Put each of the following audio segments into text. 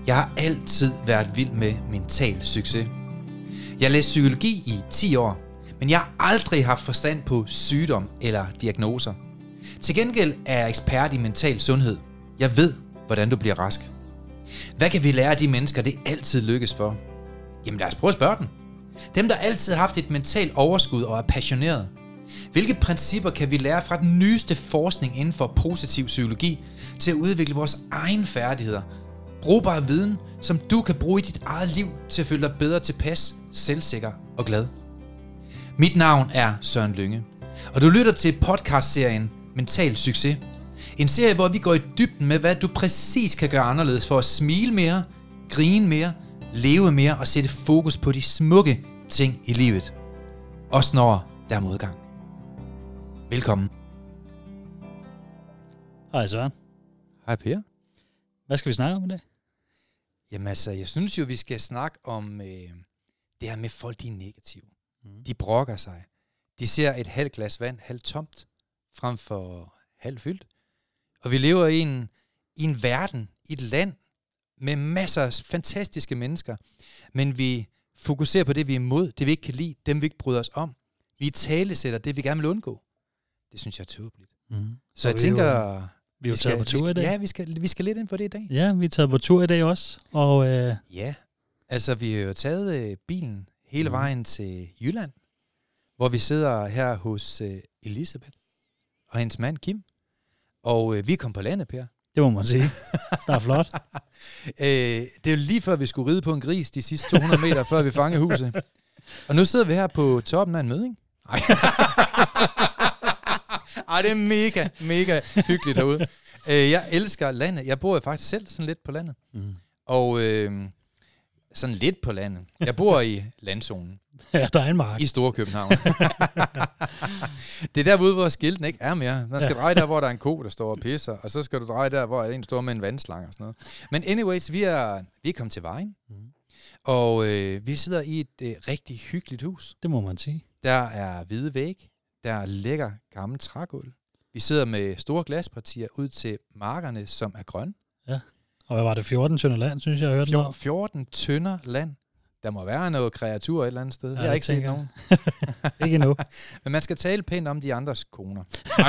Jeg har altid været vild med mental succes. Jeg læste psykologi i 10 år, men jeg har aldrig haft forstand på sygdom eller diagnoser. Til gengæld er jeg ekspert i mental sundhed. Jeg ved, hvordan du bliver rask. Hvad kan vi lære af de mennesker, det altid lykkes for? Jamen lad os prøve at spørge dem. Dem, der altid har haft et mentalt overskud og er passioneret. Hvilke principper kan vi lære fra den nyeste forskning inden for positiv psykologi til at udvikle vores egne færdigheder? Brugbar viden, som du kan bruge i dit eget liv til at føle dig bedre tilpas, selvsikker og glad. Mit navn er Søren Lynge, og du lytter til podcastserien Mental Succes. En serie, hvor vi går i dybden med, hvad du præcis kan gøre anderledes for at smile mere, grine mere, leve mere og sætte fokus på de smukke ting i livet. Også når der er modgang. Velkommen. Hej Søren. Hej Per. Hvad skal vi snakke om i dag? Jamen altså, jeg synes jo, vi skal snakke om det her med folk, de er negative. De brokker sig. De ser et halvt glas vand halvt tomt, frem for halvt fyldt. Og vi lever i en verden, i et land, med masser af fantastiske mennesker. Men vi fokuserer på det, vi er imod, det vi ikke kan lide, dem vi ikke bryder os om. Vi talesætter det, vi gerne vil undgå. Det synes jeg er tåbeligt. Så jeg tænker... Vi er jo taget på tur i dag. Ja, vi skal lidt ind på det i dag. Ja, vi er taget på tur i dag også. Og, Ja, altså vi har jo taget bilen hele vejen til Jylland, hvor vi sidder her hos Elisabeth og hendes mand Kim. Og vi kom på landet, Per. Det må man sige. Der er flot. Det er jo lige før vi skulle ride på en gris de sidste 200 meter, før vi fangede huset. Og nu sidder vi her på toppen af en møding. Ej, det er mega hyggeligt herude. Jeg elsker landet. Jeg bor jo faktisk selv sådan lidt på landet. Og sådan lidt på landet. Jeg bor i landzonen. Ja, der er en mark. I Storkøbenhavn. Det er derude, hvor skilten ikke er mere. Man skal dreje der, hvor der er en ko, der står og pisser. Og så skal du dreje der, hvor en står med en vandslange og sådan noget. Men anyways, vi er kommet til vejen. Og vi sidder i et rigtig hyggeligt hus. Det må man sige. Der er hvide væg. Der er lækker gammel trægulv. Vi sidder med store glaspartier ud til markerne, som er grønne. Ja. Og hvad var det? 14 tønder land, synes jeg hørte noget. 14 tønder land. Der må være noget kreatur et eller andet sted. Ja, jeg har ikke set nogen. Ikke endnu. Men man skal tale pænt om de andres koner.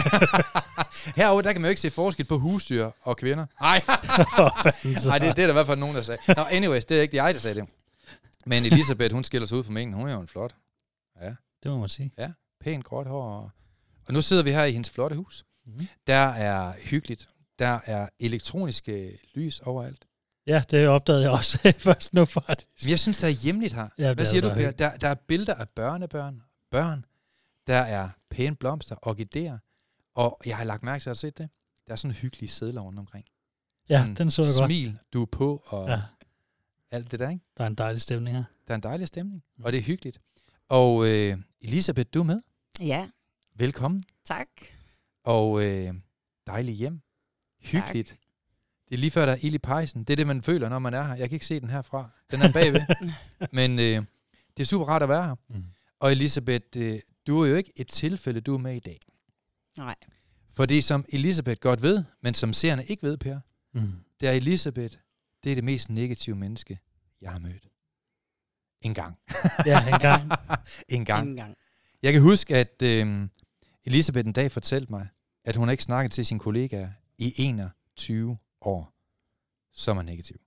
Herude, der kan man jo ikke se forskel på husdyr og kvinder. Nej, det er der i hvert fald nogen, der sagde. Nå, anyways, det er ikke jeg, der sagde det. Men Elisabeth, hun skiller sig ud fra mængden. Hun er jo en flot. Ja. Det må man sige. Ja, pænt gråt hår. Og nu sidder vi her i hendes flotte hus. Der er hyggeligt. Der er elektroniske lys overalt. Ja, det opdagede jeg også først nu faktisk. Jeg synes, der er hjemligt her. Ja, hvad siger du, Per? Der er billeder af børn. Der er pæne blomster, orkideer. Og jeg har lagt mærke til at se det. Der er sådan hyggelige sedler rundt omkring. Ja, den så jeg godt. Smil, du er på, og alt det der, ikke? Der er en dejlig stemning her. Der er en dejlig stemning, og det er hyggeligt. Og Elisabeth, du er med? Ja. Velkommen. Tak. Og dejlig hjem. Hyggeligt. Tak. Det er lige før, der er ild i pejsen. Det er det, man føler, når man er her. Jeg kan ikke se den herfra. Den er bagved. Men det er super rart at være her. Og Elisabeth, du er jo ikke et tilfælde, du er med i dag. Nej. Fordi som Elisabeth godt ved, men som seerne ikke ved, Per, det er Elisabeth, det er det mest negative menneske, jeg har mødt. En gang. Ja, en gang. Jeg kan huske, at Elisabeth en dag fortalte mig, at hun ikke snakket til sine kollegaer i 21 år. Så er man negativ.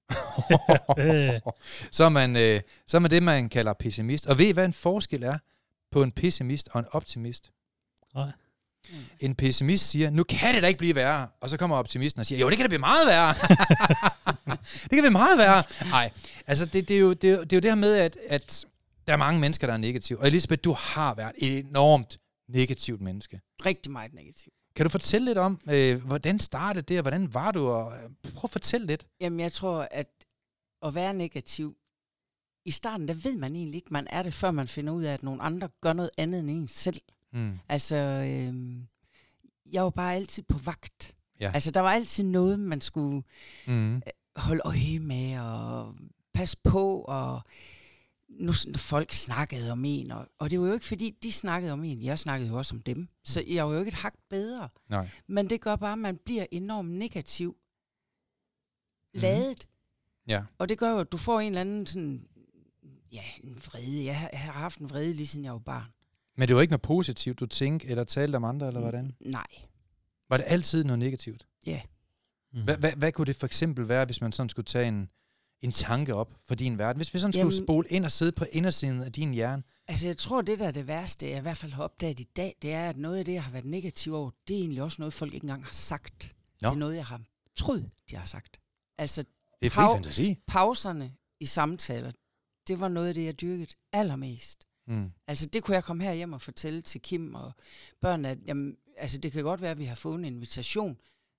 Så er man det, man kalder pessimist. Og ved I, hvad en forskel er på en pessimist og en optimist? Nej. En pessimist siger, nu kan det da ikke blive værre. Og så kommer optimisten og siger, jo, det kan da blive meget værre. Det kan blive meget værre. Nej, altså det er jo det her med, at der er mange mennesker, der er negative. Og Elisabeth, du har været et enormt negativt menneske. Rigtig meget negativ. Kan du fortælle lidt om, hvordan startede det, og hvordan var du? Og prøv at fortælle lidt. Jamen, jeg tror, at være negativ, i starten, der ved man egentlig ikke, man er det, før man finder ud af, at nogle andre gør noget andet end en selv. Altså, jeg var bare altid på vagt. Ja. Altså, der var altid noget, man skulle holde øje med, og passe på, og nu folk snakkede om en, og det var jo ikke fordi, de snakkede om en, jeg snakkede jo også om dem, så jeg var jo ikke et hak bedre. Nej. Men det gør bare, at man bliver enormt negativ ladet. Ja. Og det gør jo, at du får en eller anden sådan, ja, en vrede. Jeg har haft en vrede lige siden jeg var barn. Men det var ikke noget positivt, du tænkte eller talte om andre, eller hvordan? Nej. Var det altid noget negativt? Ja. Hvad kunne det for eksempel være, hvis man sådan skulle tage en tanke op for din verden? Hvis vi sådan skulle spole ind og sidde på indersiden af din hjerne? Altså, jeg tror, det der er det værste, jeg i hvert fald har opdaget i dag, det er, at noget af det, jeg har været negativ over, det er egentlig også noget, folk ikke engang har sagt. Nå. Det er noget, jeg har troet, de har sagt. Altså, det er fri fantasi. Pauserne i samtaler, det var noget af det, jeg dyrkede allermest. Altså, det kunne jeg komme her hjem og fortælle til Kim og børn, at jamen, altså, det kan godt være, at vi har fået en invitation,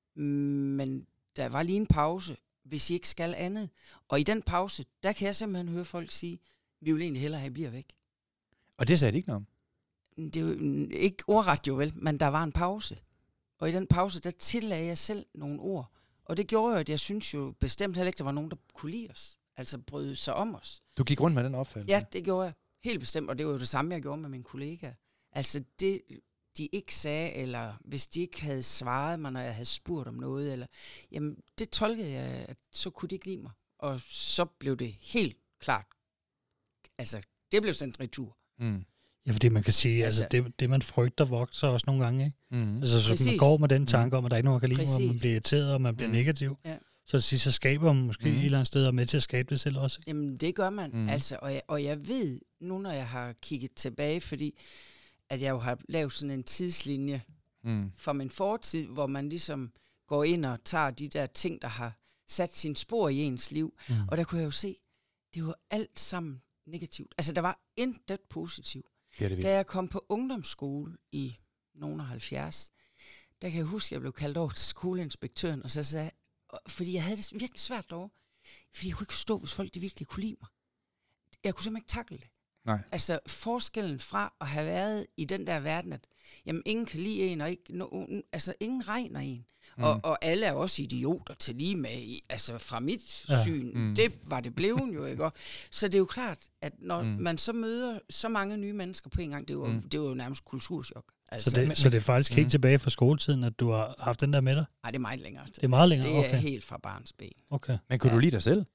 men der var lige en pause, hvis I ikke skal andet. Og i den pause, der kan jeg simpelthen høre folk sige, vi vil egentlig hellere have, at I bliver væk. Og det sagde de ikke noget om? Det er jo ikke ordret jo vel, men der var en pause. Og i den pause, der tillagde jeg selv nogle ord. Og det gjorde jo, at jeg synes jo bestemt heller ikke, der var nogen, der kunne lide os. Altså bryde sig om os. Du gik rundt med den opfattelse? Ja, det gjorde jeg. Helt bestemt. Og det var jo det samme, jeg gjorde med mine kollegaer. Altså det, de ikke sagde, eller hvis de ikke havde svaret mig, når jeg havde spurgt om noget, eller, jamen det tolkede jeg, at så kunne de ikke lide mig. Og så blev det helt klart. Altså, det blev sendt retur. Ja, fordi man kan sige, altså det man frygter vokser også nogle gange, ikke? Altså, så man går med den tanke om, at der ikke er nogen, der kan lide mig, og man bliver irriteret, og man bliver negativ. Ja. Så skaber man måske et eller andet sted, og med til at skabe det selv også. Ikke? Jamen, det gør man. Altså, og jeg ved, nu når jeg har kigget tilbage, fordi at jeg jo har lavet sådan en tidslinje fra min fortid, hvor man ligesom går ind og tager de der ting, der har sat sin spor i ens liv. Og der kunne jeg jo se, det var alt sammen negativt. Altså, der var intet positivt. Da jeg kom på ungdomsskole i nogen af 70, der kan jeg huske, at jeg blev kaldt over til skoleinspektøren, og så sagde jeg, fordi jeg havde det virkelig svært derovre, fordi jeg kunne ikke forstå, hvis folk de virkelig kunne lide mig. Jeg kunne simpelthen ikke takle det. Nej. Altså forskellen fra at have været i den der verden, at jamen, ingen kan lide en, og ikke, altså ingen regner en. Og alle er også idioter til lige med, altså fra mit syn, det var det bleven jo, ikke? Så det er jo klart, at når man så møder så mange nye mennesker på en gang, det er jo nærmest kulturschok. Altså, så det er faktisk helt tilbage fra skoletiden, at du har haft den der med dig? Nej, det er meget længere. Det er meget længere, okay. Det er helt fra barns ben. Okay. Men kunne du lide dig selv?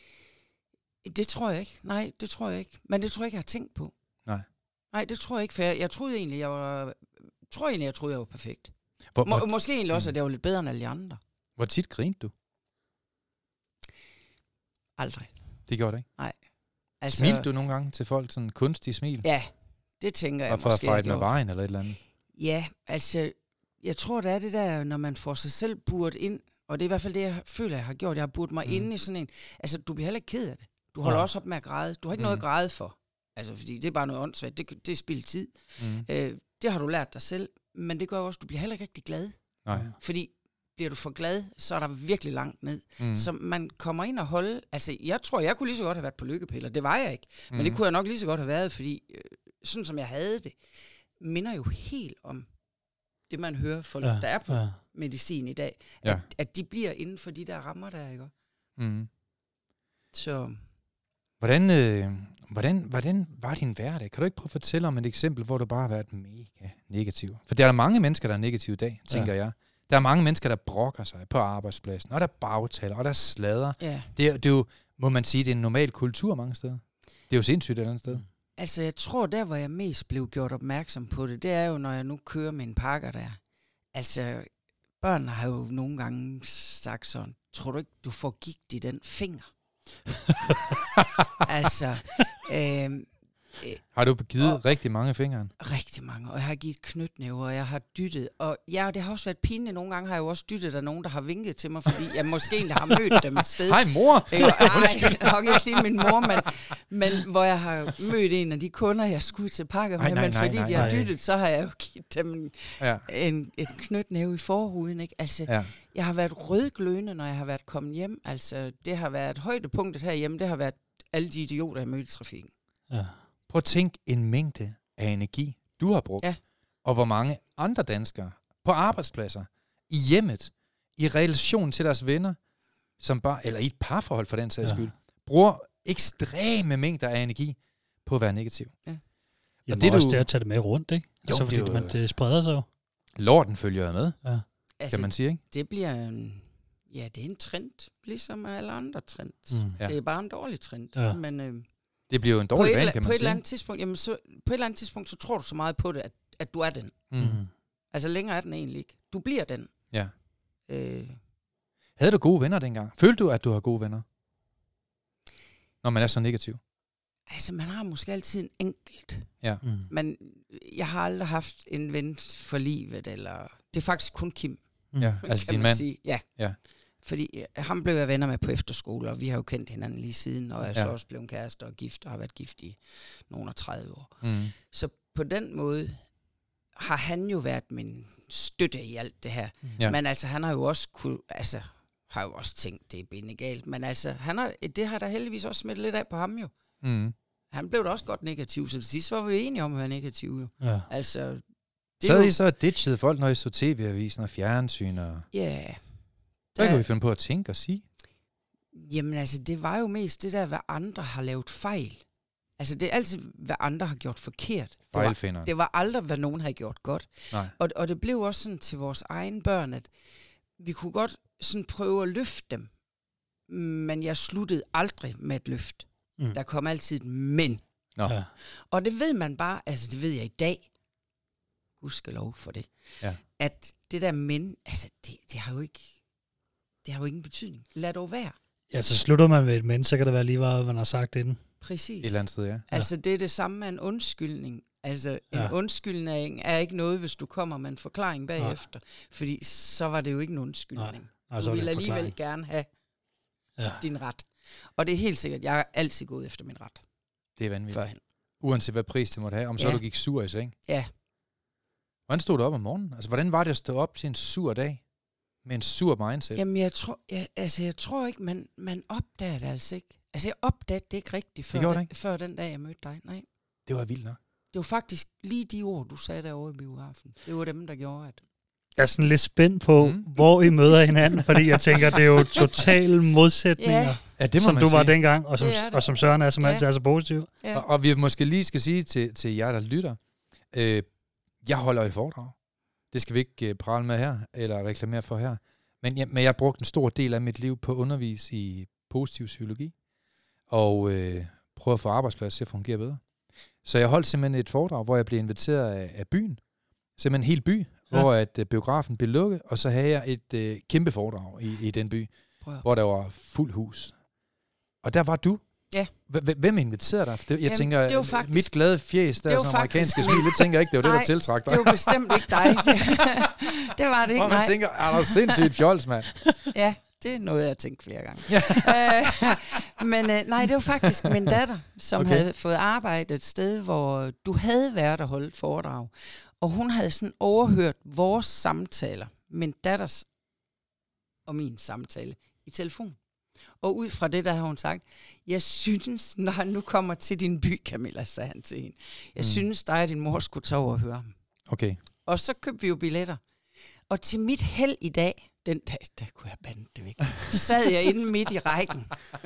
Det tror jeg ikke. Nej, det tror jeg ikke. Men det tror jeg ikke, jeg har tænkt på. Nej, det tror jeg ikke, for jeg troede egentlig, jeg var perfekt. Måske egentlig også, at jeg var lidt bedre end alle de andre. Hvor tit grinte du? Aldrig. Det gjorde det ikke? Nej. Altså, smilte du nogle gange til folk, sådan kunstig smil? Ja, det tænker jeg måske, jeg gjorde. Og for at fejde med vejen eller et eller andet? Ja, altså, jeg tror, det er det der, når man får sig selv buret ind, og det er i hvert fald det, jeg føler, jeg har gjort. Jeg har buret mig inde i sådan en, altså, du bliver heller ikke ked af det. Du holder også op med at græde. Du har ikke noget at græde for. Altså, fordi det er bare noget åndssvagt. Det er spildt tid. Det har du lært dig selv. Men det gør også, du bliver heller ikke rigtig glad. Nej. Fordi bliver du for glad, så er der virkelig langt ned. Så man kommer ind og holde... Altså, jeg tror, jeg kunne lige så godt have været på lykkepiller. Det var jeg ikke. Men det kunne jeg nok lige så godt have været, fordi sådan som jeg havde det, minder jo helt om det, man hører folk, der er på medicin i dag. At de bliver inden for de der rammer, der, ikke? Så... Hvordan var din hverdag? Kan du ikke prøve at fortælle om et eksempel, hvor du bare har været mega negativ? For der er mange mennesker, der er negative i dag, tænker jeg. Der er mange mennesker, der brokker sig på arbejdspladsen, og der bagtaler, og der slader. Ja. Det er jo, må man sige, det er en normal kultur mange steder. Det er jo sindssygt et eller andet sted. Altså, jeg tror, der hvor jeg mest blev gjort opmærksom på det, det er jo, når jeg nu kører med en pakker der. Altså, børnene har jo nogle gange sagt sådan, tror du ikke, du får gigt i den finger? Altså har du givet rigtig mange fingre? Rigtig mange, og jeg har givet knytnæver, og jeg har dyttet, og ja, det har også været pinligt. Nogle gange har jeg jo også dyttet af nogen, der har vinket til mig, fordi jeg måske egentlig har mødt dem et sted. Hej mor! Nej, nok ikke lige min mor, men hvor jeg har mødt en af de kunder, jeg skulle til pakke med, men fordi de har dyttet, så har jeg jo givet dem et knytnæve i forhuden, ikke? Altså, jeg har været rødglødende, når jeg har været kommet hjem. Altså, det har været højdepunktet herhjemme, det har været alle de idioter, jeg mødte i trafikken. Ja. Prøv at tænke en mængde af energi, du har brugt, og hvor mange andre danskere på arbejdspladser, i hjemmet, i relation til deres venner, som bare, eller i et parforhold for den sags skyld, bruger ekstreme mængder af energi på at være negativ. Ja. Og det også det at tage det med rundt, ikke? Jo, altså, fordi det spreder sig jo. Lorten følger med, altså, kan man sige, ikke? Det bliver Ja, det er en trend, ligesom alle andre trends. Ja. Det er bare en dårlig trend. Ja. Men, det bliver jo en dårlig vane, kan man sige. På et eller andet tidspunkt, jamen, på et eller andet tidspunkt, så tror du så meget på det, at du er den. Altså længere er den egentlig ikke. Du bliver den. Ja. Havde du gode venner dengang? Følte du, at du har gode venner? Når man er så negativ? Altså, man har måske altid en enkelt. Ja. Men jeg har aldrig haft en ven for livet, eller... Det er faktisk kun Kim. Ja, altså din mand? Sige. Ja. Fordi ham blev jeg venner med på efterskole, og vi har jo kendt hinanden lige siden, og jeg er så også blevet kærester og gift, og har været gift i nogle 30 år. Så på den måde har han jo været min støtte i alt det her. Ja. Men altså, han har jo også har jo også tænkt, det er benegalt. Men altså, det har der heldigvis også smidt lidt af på ham jo. Han blev da også godt negativ, så til sidst var vi enige om at være negativ jo. Ja. Altså, så havde I så ditchet folk, når I så tv-avisen og fjernsyn og... Ja. Hvad kunne I finde på at tænke og sige? Jamen altså, det var jo mest det der, hvad andre har lavet fejl. Altså, det er altid, hvad andre har gjort forkert. Det var aldrig, hvad nogen har gjort godt. Nej. Og det blev også sådan til vores egne børn, at vi kunne godt sådan prøve at løfte dem. Men jeg sluttede aldrig med et løft. Der kom altid et men. Ja. Og det ved man bare, altså det ved jeg i dag, gudskelov for det, at det der men, altså det har jo ingen betydning. Lad dog være. Ja, så slutter man med et men, så kan det være lige, hvad man har sagt inden. Præcis. Et eller andet sted, ja. Altså det er det samme med en undskyldning. Altså en undskyldning er ikke noget, hvis du kommer med en forklaring bagefter. Fordi så var det jo ikke en undskyldning. Du vil alligevel gerne have din ret. Og det er helt sikkert, jeg har altid gået efter min ret. Det er vanvittigt. Førhen. Uanset hvad pris det måtte have, om så du gik sur i seng. Ja. Hvordan stod du op om morgenen? Altså, hvordan var det at stå op til en sur dag? Med en sur mindset? Jamen, jeg tror ikke, man opdager det altså ikke. Altså, jeg opdagede det ikke rigtigt før den dag, jeg mødte dig. Nej. Det var vildt nok. Det var faktisk lige de ord, du sagde derovre i biografen. Det var dem, der gjorde, at... Jeg er sådan lidt spændt på, hvor I møder hinanden, fordi jeg tænker, det er jo totale modsætninger, som du var dengang, og som Søren er, som altid er så positiv. Ja. Og vi måske lige skal sige til jer, der lytter, jeg holder i foredrag. Det skal vi ikke prale med her, eller reklamere for her. Men jeg brugte en stor del af mit liv på at undervise i positiv psykologi, og prøve at få arbejdsplads til at fungere bedre. Så jeg holdt simpelthen et foredrag, hvor jeg blev inviteret af byen, simpelthen en hel by, hvor at biografen blev lukket, og så havde jeg et kæmpe foredrag i den by, hvor der var fuld hus. Og der var du. Ja. Hvem inviterede dig? Jeg tænker, det faktisk, mit glade fjæs, der er så amerikanske smil, det tænker jeg ikke, det var det, der tiltrak dig. Det var bestemt ikke dig. Det var det ikke, og man tænker, er der sindssygt fjols, mand? Ja, det er noget, jeg har tænkt flere gange. Men nej, det var faktisk min datter, som havde fået arbejde et sted, hvor du havde været at holde et foredrag. Og hun havde sådan overhørt vores samtaler, min datters og min samtale, i telefon. Og ud fra det, der har hun sagt, jeg synes, når han nu kommer til din by, Camilla, sagde han til hende, jeg synes dig og din mor skulle tage over og høre ham. Okay. Og så købte vi jo billetter. Og til mit held i dag, den dag, der kunne jeg bande det væk, sad jeg inde midt i rækken.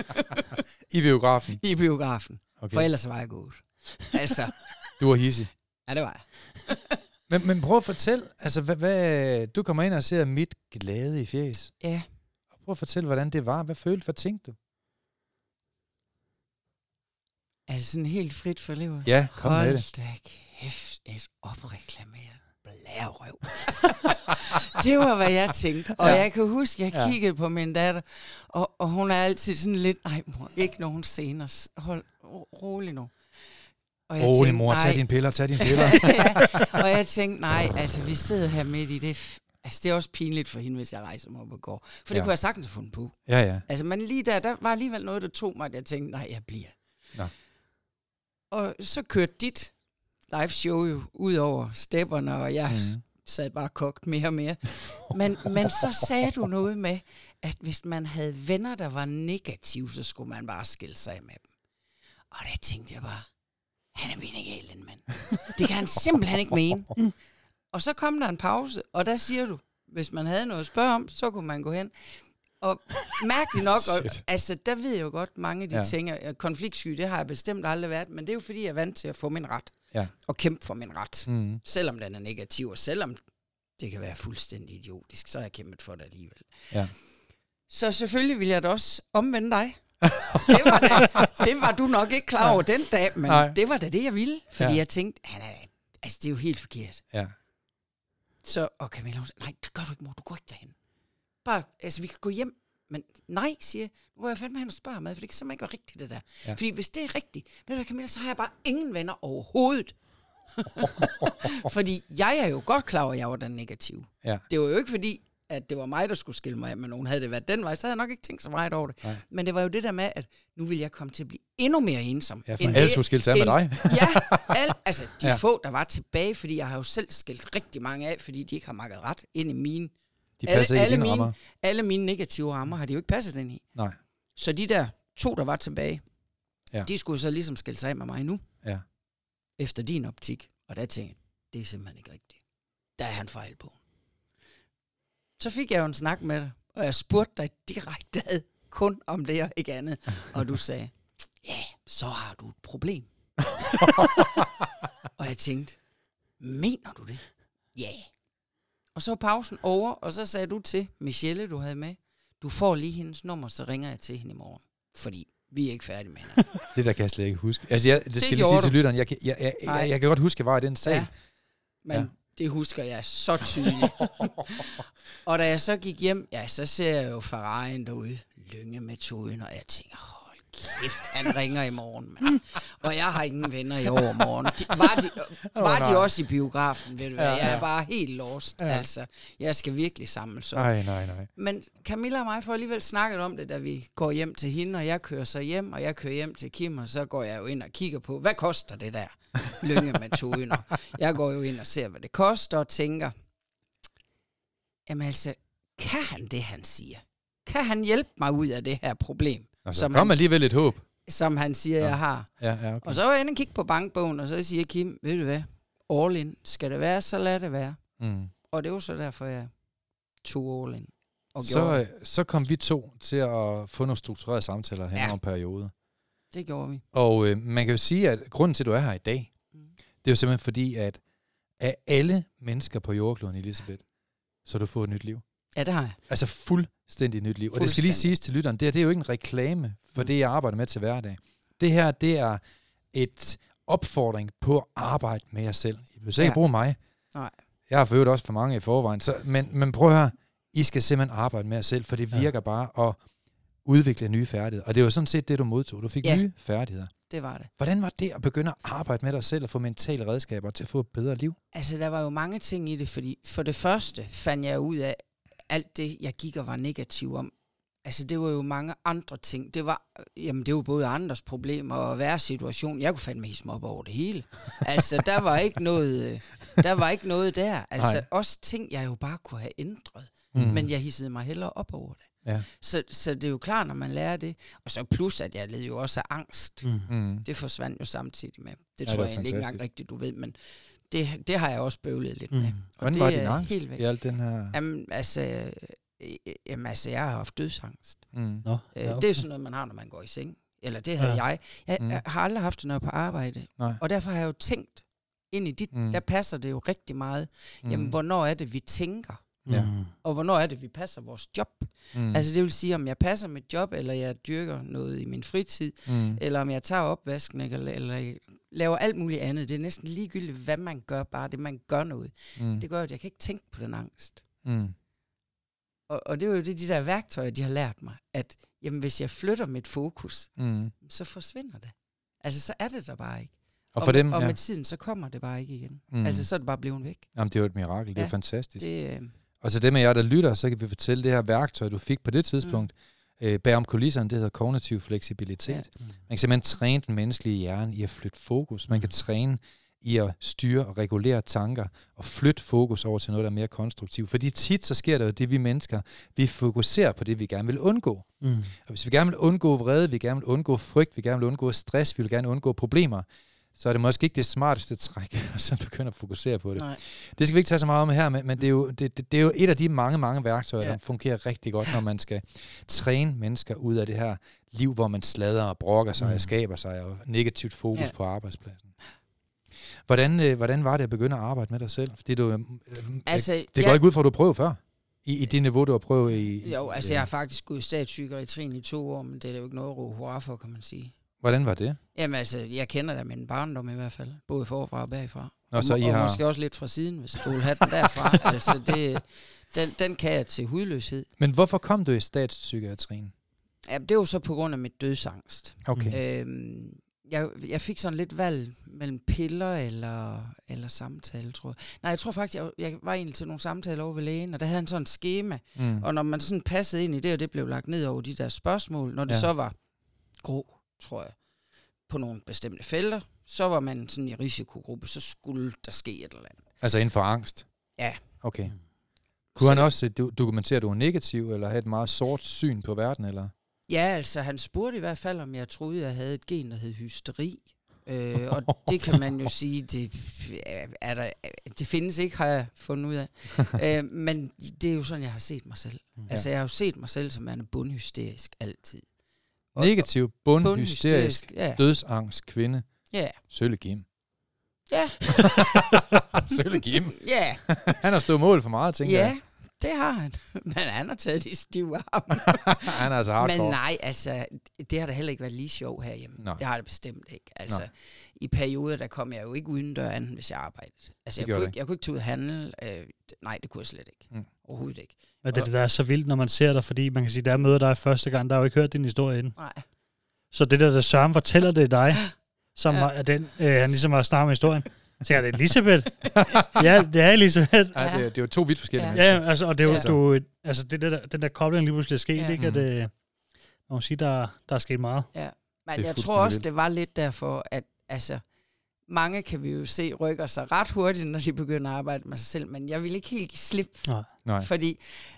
I biografen? I biografen. Okay. For ellers var jeg gået. Altså. Du var hissig? Ja, det var jeg. men prøv at fortælle, altså hvad, du kommer ind og ser mit glade i fjæs. Ja. Prøv at fortælle, hvordan det var. Hvad tænkte du? Altså sådan helt frit for livet? Ja, kom med det. Hold da kæft, et opreklameret blærerøv. Det var, hvad jeg tænkte. Og jeg kan huske, jeg kiggede på min datter, og hun er altid sådan lidt, nej mor, ikke nogen scener. Hold rolig nu. Rolig mor, tag dine piller. Og jeg tænkte, nej, altså vi sidder her midt i det. Altså, det er også pinligt for hende, hvis jeg rejser mig op og går. For det kunne jeg sagtens have fundet på. Ja. Altså, men lige der var alligevel noget, der tog mig, at jeg tænkte, nej, jeg bliver. Nå. Og så kørte dit live show jo ud over stepperne, og jeg sad bare kogt mere og mere. Men så sagde du noget med, at hvis man havde venner, der var negative, så skulle man bare skille sig med dem. Og der tænkte jeg bare, han er benegal, den mand. Det kan han simpelthen ikke mene. Og så kom der en pause, og der siger du, hvis man havde noget at spørge om, så kunne man gå hen. Og mærkeligt nok, altså der ved jeg jo godt mange af de ting, konfliktsky, det har jeg bestemt aldrig været, men det er jo fordi, jeg er vant til at få min ret, og kæmpe for min ret, selvom den er negativ, og selvom det kan være fuldstændig idiotisk, så har jeg kæmpet for det alligevel. Ja. Så selvfølgelig ville jeg da også omvende dig. Det var du nok ikke klar over den dag, men det var da det, jeg ville. Fordi jeg tænkte, det er jo helt forkert. Ja. Så, og Camilla, hun sagde, nej, det gør du ikke, mor, du går ikke derhen. Bare, vi kan gå hjem. Men nej, siger jeg, nu går jeg fandme hen og spørger mad, for det kan simpelthen ikke være rigtigt, det der. Ja. Fordi hvis det er rigtigt, ved du hvad, Camilla, så har jeg bare ingen venner overhovedet. Fordi jeg er jo godt klar over, at jeg var den negative. Ja. Det var jo ikke fordi, at det var mig, der skulle skille mig af med nogen. Havde det været den vej, så havde jeg nok ikke tænkt så meget over det. Nej. Men det var jo det der med, at nu ville jeg komme til at blive endnu mere ensom. Ja, for alle skulle skille sig af med dig. Ja, få, der var tilbage, fordi jeg har jo selv skilt rigtig mange af, fordi de ikke har makket ret ind i mine. De passer ikke i dine rammer. Alle mine negative rammer har de jo ikke passet ind i. Nej. Så de der 2, der var tilbage, de skulle så ligesom skille sig af med mig nu. Ja. Efter din optik. Og der tænkte jeg, det er simpelthen ikke rigtigt. Der er han fejl på. Så fik jeg jo en snak med dig, og jeg spurgte dig direkte kun om det og ikke andet. Og du sagde, så har du et problem. Og jeg tænkte, mener du det? Ja. Og så pausen over, og så sagde du til Michelle, du havde med, du får lige hendes nummer, så ringer jeg til hende i morgen. Fordi vi er ikke færdige med hende. Det der kan jeg slet ikke huske. Altså, det skal lige sige til lytteren, jeg kan godt huske, at jeg var i den sal. Ja, men det husker jeg så tydeligt. Og da jeg så gik hjem, så ser jeg jo Ferrari'en derude, Lynge-metoden, og jeg tænker, hold kæft, han ringer i morgen, mand. Og jeg har ingen venner i overmorgen. Var de også i biografen, ved du hvad? Jeg er bare helt lost, altså. Jeg skal virkelig samles op. Nej. Men Camilla og mig får alligevel snakket om det, da vi går hjem til hende, og jeg kører så hjem, og jeg kører hjem til Kim, og så går jeg jo ind og kigger på, hvad koster det der Lynge-metoden? Jeg går jo ind og ser, hvad det koster, og tænker, jamen altså, kan han det, han siger? Kan han hjælpe mig ud af det her problem? Altså, kom alligevel lidt håb. Som han siger, jeg har. Ja, okay. Og så var jeg inde og kigge på bankbogen, og så siger Kim, ved du hvad, all in, skal det være, så lad det være. Mm. Og det var så derfor, jeg tog all in. Og så kom vi 2 til at få nogle strukturerede samtaler hen over en periode. Det gjorde vi. Og man kan jo sige, at grunden til, at du er her i dag, det er jo simpelthen fordi, at af alle mennesker på jordkloden, Elisabeth, så du får et nyt liv. Ja, det har jeg. Altså fuldstændig nyt liv. Og det skal lige siges til lytteren, det er jo ikke en reklame for det, jeg arbejder med til hverdag. Det her, det er et opfordring på at arbejde med jer selv. I vil ikke bruge mig. Nej. Jeg har forøvet også for mange i forvejen. Men prøv at høre, I skal simpelthen arbejde med jer selv, for det virker bare at udvikle nye færdigheder. Og det var sådan set det, du modtog. Du fik nye færdigheder. Det var det. Hvordan var det at begynde at arbejde med dig selv og få mentale redskaber til at få et bedre liv? Altså, der var jo mange ting i det, fordi for det første fandt jeg ud af, alt det, jeg gik og var negativ om, altså det var jo mange andre ting. Det var både andres problemer og hver situation. Jeg kunne fandme hisse mig op over det hele. Altså, der var ikke noget der. Altså, også ting, jeg jo bare kunne have ændret. Men jeg hissede mig hellere op over det. Ja. Så det er jo klart, når man lærer det. Og så plus, at jeg led jo også af angst. Det forsvandt jo samtidig med. Det tror jeg egentlig ikke engang rigtigt, du ved, men det har jeg også bøvlet lidt med. Og hvordan var din angst i alt den her? Jamen, jeg har haft dødsangst. Det er sådan noget, man har, når man går i seng. Eller det havde jeg. Jeg har aldrig haft det, når jeg er på arbejde. Nej. Og derfor har jeg jo tænkt ind i dit, der passer det jo rigtig meget. Jamen, hvornår er det, vi tænker? Ja. Og hvornår er det, vi passer vores job? Altså det vil sige, om jeg passer mit job, eller jeg dyrker noget i min fritid, eller om jeg tager opvasken, eller laver alt muligt andet. Det er næsten ligegyldigt, hvad man gør, bare det, man gør noget. Det gør, at jeg kan ikke tænke på den angst. Og det er jo de der værktøjer, de har lært mig, at jamen, hvis jeg flytter mit fokus, så forsvinder det. Altså så er det der bare ikke. Og med tiden, så kommer det bare ikke igen. Altså så er det bare blevet væk. Jamen det er jo et mirakel, det er fantastisk. Og så dem af jer, der lytter, så kan vi fortælle det her værktøj, du fik på det tidspunkt. Bag om kulisserne, det hedder kognitiv fleksibilitet. Man kan simpelthen træne den menneskelige hjerne i at flytte fokus. Man kan træne i at styre og regulere tanker og flytte fokus over til noget, der er mere konstruktivt. Fordi tit så sker der jo det, vi mennesker, vi fokuserer på det, vi gerne vil undgå. Og hvis vi gerne vil undgå vrede, vi gerne vil undgå frygt, vi gerne vil undgå stress, vi vil gerne undgå problemer, så er det måske ikke det smarteste træk, at så begynde at fokusere på det. Nej. Det skal vi ikke tage så meget om her, men det er jo et af de mange værktøjer, der fungerer rigtig godt, når man skal træne mennesker ud af det her liv, hvor man sladrer og brokker sig og skaber sig, og negativt fokus på arbejdspladsen. Hvordan var det at begynde at arbejde med dig selv? Fordi det går ikke ud fra, at du prøvede før. I det niveau, du har prøvet i... Jo, altså jeg har faktisk gået i statspsykiatrien i 2 år, men det er jo ikke noget at råbe hurra for, kan man sige. Hvordan var det? Jamen altså, jeg kender da min barndom i hvert fald. Både forfra og bagfra. Og måske også lidt fra siden, hvis du vil have den derfra. Altså, den kan jeg til hudløshed. Men hvorfor kom du i statspsykiatrien? Ja, det er jo så på grund af mit dødsangst. Okay. Jeg fik sådan lidt valg mellem piller eller samtale, tror jeg. Nej, jeg tror faktisk, jeg var egentlig til nogle samtaler over ved lægen, og der havde han sådan et skema. Og når man sådan passede ind i det, og det blev lagt ned over de der spørgsmål, når det så var grå, tror jeg, på nogle bestemte felter, så var man sådan i risikogruppe, så skulle der ske et eller andet. Altså inden for angst? Ja. Okay. Kunne han også dokumentere, at du var negativ, eller have et meget sort syn på verden, eller? Ja, altså han spurgte i hvert fald, om jeg troede, jeg havde et gen, der hed hysteri. Og det kan man jo sige, det findes ikke, har jeg fundet ud af. Men det er jo sådan, jeg har set mig selv. Altså jeg har jo set mig selv som en bundhysterisk altid. Negativ, bundhysterisk, dødsangst, kvinde. Ja. Sølle Kim. Ja. Sølle Kim. Ja. Han har stået mål for meget, tænker jeg. Det har han. Men han har taget de stive arme. Han er altså hardcore. Men nej, altså, det har da heller ikke været lige sjov herhjemme. Nå. Det har det bestemt ikke. Altså, i perioder, der kom jeg jo ikke uden dør anden, hvis jeg arbejdede. Altså, jeg kunne ikke tage ud og handle. Nej, det kunne jeg slet ikke. Overhovedet ikke. Og det der er så vildt, når man ser dig, fordi man kan sige, der møder dig første gang, der har jo ikke hørt din historie inden. Nej. Så det der Søren fortæller det dig, som er den, han ligesom har snakket med historien. Så er det Elisabeth? Ja, det er Elisabeth. Ja, det er jo 2 vidt forskellige mennesker. Ja, altså, og det er jo, altså det den der kobling lige pludselig er sket, ikke? At man må sige, der er sket meget. Ja, men jeg tror også, det var lidt derfor, at altså, mange kan vi jo se rykker sig ret hurtigt, når de begynder at arbejde med sig selv, men jeg vil ikke helt give slip. Nej. Fordi,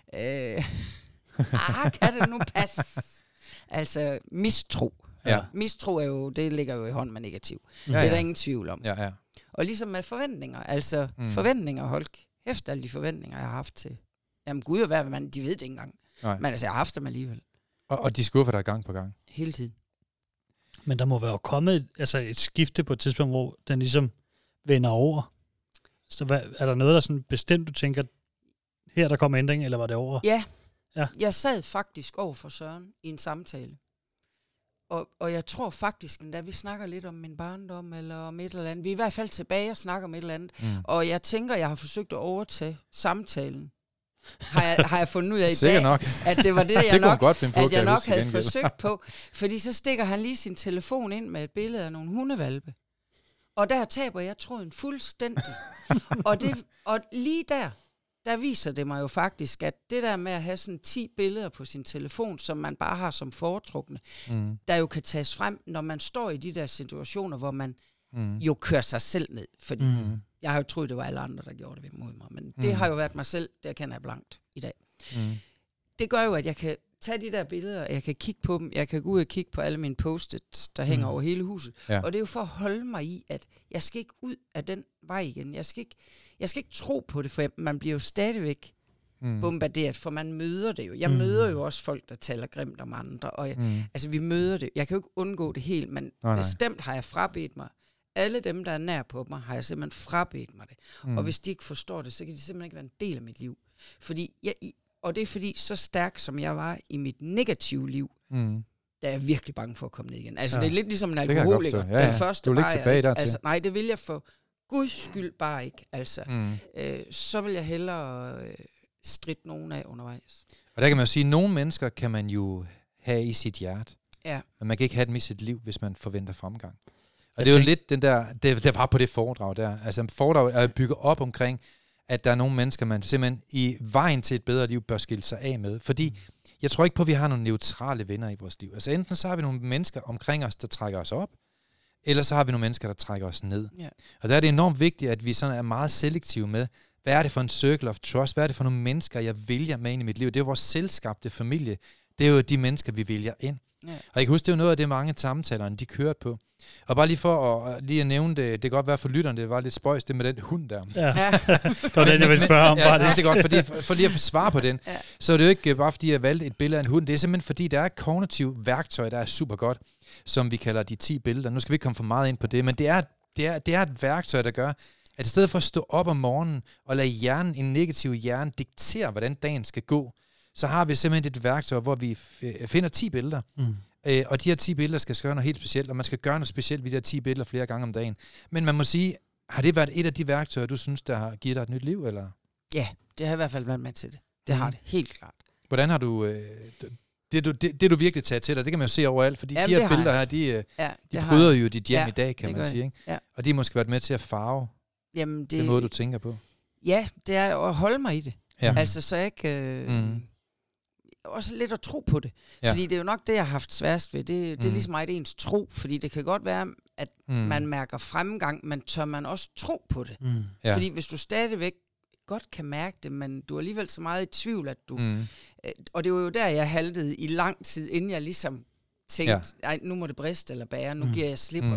kan det nu passe? Altså, mistro. Ja. Mistro er jo, det ligger jo i hånd med negativ. Det er der ingen tvivl om. Ja. Og ligesom med forventninger, altså forventninger, hold efter alle de forventninger, jeg har haft til, jamen gud og hvad man, de ved det ikke engang. Nej. Men altså, jeg har haft dem alligevel. Og de skuffer dig gang på gang? Hele tiden. Men der må være kommet et skifte på et tidspunkt, hvor den ligesom vender over. Så er der noget, der sådan bestemt, du tænker, her der kommer ændring, eller var det over? Ja. Jeg sad faktisk over for Søren i en samtale. Og jeg tror faktisk, da vi snakker lidt om min barndom, eller om et eller andet, vi er i hvert fald tilbage og snakker om et eller andet, og jeg tænker, jeg har forsøgt at overtage samtalen. Har jeg fundet ud af i dag, nok. At det var det, jeg nok havde forsøgt på. Fordi så stikker han lige sin telefon ind med et billede af nogle hundevalpe. Og der taber jeg tråden fuldstændig. og lige der viser det mig jo faktisk, at det der med at have sådan 10 billeder på sin telefon, som man bare har som foretrukne, der jo kan tages frem, når man står i de der situationer, hvor man jo kører sig selv ned. Fordi jeg har jo troet, det var alle andre, der gjorde det mod mig, men det har jo været mig selv, det kender jeg blankt i dag. Det gør jo, at jeg kan tage de der billeder, jeg kan kigge på dem, jeg kan gå ud og kigge på alle mine post-its, der hænger over hele huset. Ja. Og det er jo for at holde mig i, at jeg skal ikke ud af den vej igen. Jeg skal ikke tro på det, for man bliver jo stadigvæk bombarderet, for man møder det jo. Jeg møder jo også folk, der taler grimt om andre, og altså vi møder det. Jeg kan jo ikke undgå det helt, men bestemt har jeg frabedt mig. Alle dem, der er nær på mig, har jeg simpelthen frabedt mig det. Og hvis de ikke forstår det, så kan de simpelthen ikke være en del af mit liv. Og det er fordi, så stærk som jeg var i mit negative liv, der er jeg virkelig bange for at komme ned igen. Altså det er lidt ligesom en alkoholiker. Den første bajer, nej, det vil jeg for Guds skyld bare ikke. Altså, så vil jeg hellere stridt nogen af undervejs. Og der kan man jo sige, at nogle mennesker kan man jo have i sit hjerte. Ja. Men man kan ikke have dem i sit liv, hvis man forventer fremgang. Og det er jo lidt den der var på det foredrag der. Altså foredrag er bygget op omkring, at der er nogle mennesker, man simpelthen i vejen til et bedre liv bør skille sig af med. Fordi jeg tror ikke på, at vi har nogle neutrale venner i vores liv. Altså enten så har vi nogle mennesker omkring os, der trækker os op, eller så har vi nogle mennesker, der trækker os ned. Yeah. Og der er det enormt vigtigt, at vi sådan er meget selektive med, hvad er det for en circle of trust? Hvad er det for nogle mennesker, jeg vælger med ind i mit liv? Det er jo vores selvskabte familie. Det er jo de mennesker, vi vælger ind. Yeah. Og jeg kan huske, det er jo noget af det, mange samtalerne, de kørte på. Og bare lige for at nævne det, det kan godt være for lytterne, det var lidt spøjs, det med den hund der. Ja. Det var den, jeg ville spørge om. Ja, det er godt, for lige at få svar på den. Ja. Så er det jo ikke bare, fordi jeg valgte et billede af en hund. Det er simpelthen, fordi der er et kognitivt værktøj, der er super godt, som vi kalder de 10 billeder. Nu skal vi ikke komme for meget ind på det, men det er et værktøj, der gør, At i stedet for at stå op om morgenen og lade en negativ hjerne diktere, hvordan dagen skal gå, så har vi simpelthen et værktøj, hvor vi finder 10 billeder. Og de her 10 billeder skal gøre noget helt specielt, og man skal gøre noget specielt ved de her 10 billeder flere gange om dagen. Men man må sige, har det været et af de værktøjer, du synes, der har givet dig et nyt liv, eller? Ja, det har i hvert fald været med til det. Det har det, helt klart. Hvordan har du... Det du virkelig tager til dig, det kan man jo se overalt, fordi de her billeder her, de bryder jo dit hjem i dag, kan man sige. Ikke? Ja. Og de har måske været med til at farve den måde, du tænker på. Ja, det er at holde mig i det. Ja. Altså, så ikke... også lidt at tro på det. Ja. Fordi det er jo nok det, jeg har haft sværest ved. Det er ligesom meget ens tro, fordi det kan godt være, at man mærker fremgang, men tør man også tro på det. Ja. Fordi hvis du stadigvæk godt kan mærke det, men du er alligevel så meget i tvivl, at du... og det var jo der, jeg haltede i lang tid, inden jeg ligesom tænkte, nu må det briste eller bære, nu giver jeg slip,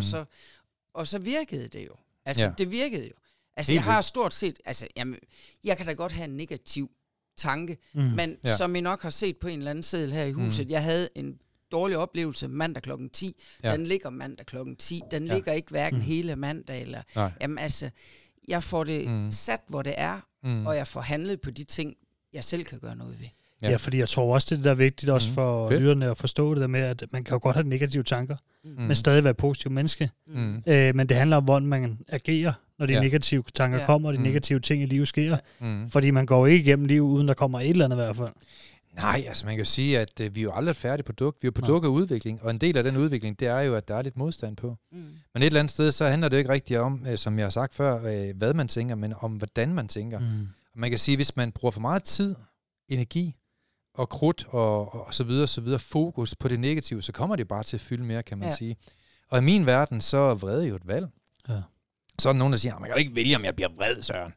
og så virkede det jo. Altså, det virkede jo. Altså, jeg har stort set... Altså, jeg kan da godt have en negativ tanke, men som I nok har set på en eller anden seddel her i huset, jeg havde en dårlig oplevelse mandag klokken 10. Den ligger mandag klokken 10. Den ligger ikke hverken hele mandag eller... Jamen altså, jeg får det sat, hvor det er, og jeg får handlet på de ting, jeg selv kan gøre noget ved. Ja, fordi jeg tror også, det er vigtigt også for lytterne at forstå det der med, at man kan jo godt have negative tanker, men stadig være et positivt menneske. Men det handler om, hvordan man agerer, når de negative tanker kommer, og de negative ting i livet sker. Fordi man går ikke igennem livet, uden der kommer et eller andet i hvert fald. Nej, altså man kan sige, at vi er jo aldrig et færdigt produkt. Vi er jo produkt af udvikling, og en del af den udvikling, det er jo, at der er lidt modstand på. Men et eller andet sted, så handler det ikke rigtig om, som jeg har sagt før, hvad man tænker, men om, hvordan man tænker. Og man kan sige, hvis man bruger for meget tid, energi og krudt og så videre, fokus på det negative, så kommer det bare til at fylde mere, kan man sige. Og i min verden, så er vrede jo et valg. Ja. Så er der nogen, der siger, man kan jo ikke vælge, om jeg bliver vred, Søren.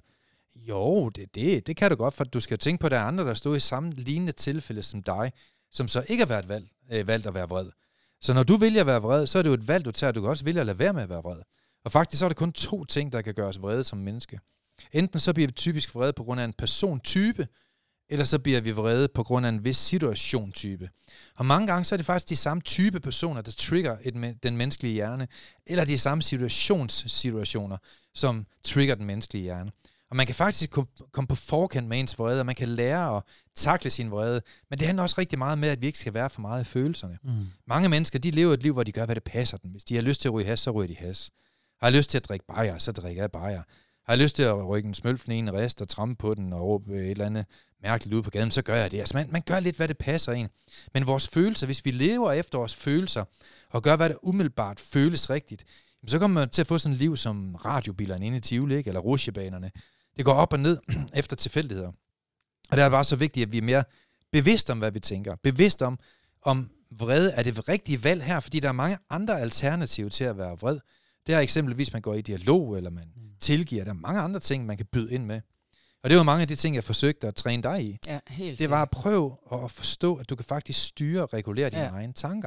Jo, det kan du godt, for du skal tænke på, at der er andre, der står i samme lignende tilfælde som dig, som så ikke har været valgt at være vred. Så når du vælger at være vred, så er det jo et valg, du tager. Du kan også vælge at lade være med at være vred. Og faktisk så er der kun 2 ting, der kan gøre os vrede som menneske. Enten så bliver vi typisk vrede på grund af en persontype, eller så bliver vi vrede på grund af en vis situationtype. Og mange gange så er det faktisk de samme type personer, der trigger den menneskelige hjerne, eller de samme situationer, som trigger den menneskelige hjerne. Og man kan faktisk komme på forkant med ens vrede, og man kan lære at takle sin vrede. Men det handler også rigtig meget med, at vi ikke skal være for meget i følelserne. Mange mennesker, de lever et liv, hvor de gør, hvad det passer dem. Hvis de har lyst til at ryge has, så ryger de has. Har jeg lyst til at drikke bajer, så drikker jeg bajer. Har jeg lyst til at rykke en smølfen i en rest og trampe på den og råbe et eller andet mærkeligt ude på gaden, så gør jeg det. Altså man gør lidt, hvad det passer en. Men vores følelser, hvis vi lever efter vores følelser, og gør, hvad det umiddelbart føles rigtigt, så kommer man til at få sådan et liv som radiobilerne inde i Tivoli, eller rutsjebanerne. Det går op og ned efter tilfældigheder. Og det er bare så vigtigt, at vi er mere bevidste om, hvad vi tænker. Bevidst om vrede er det rigtige valg her, fordi der er mange andre alternativer til at være vred. Det er eksempelvis, man går i dialog, eller man tilgiver. Der er mange andre ting, man kan byde ind med. Og det var mange af de ting, jeg forsøgte at træne dig i. Ja, helt det var at prøve at forstå, at du kan faktisk styre og regulere dine egne tanker.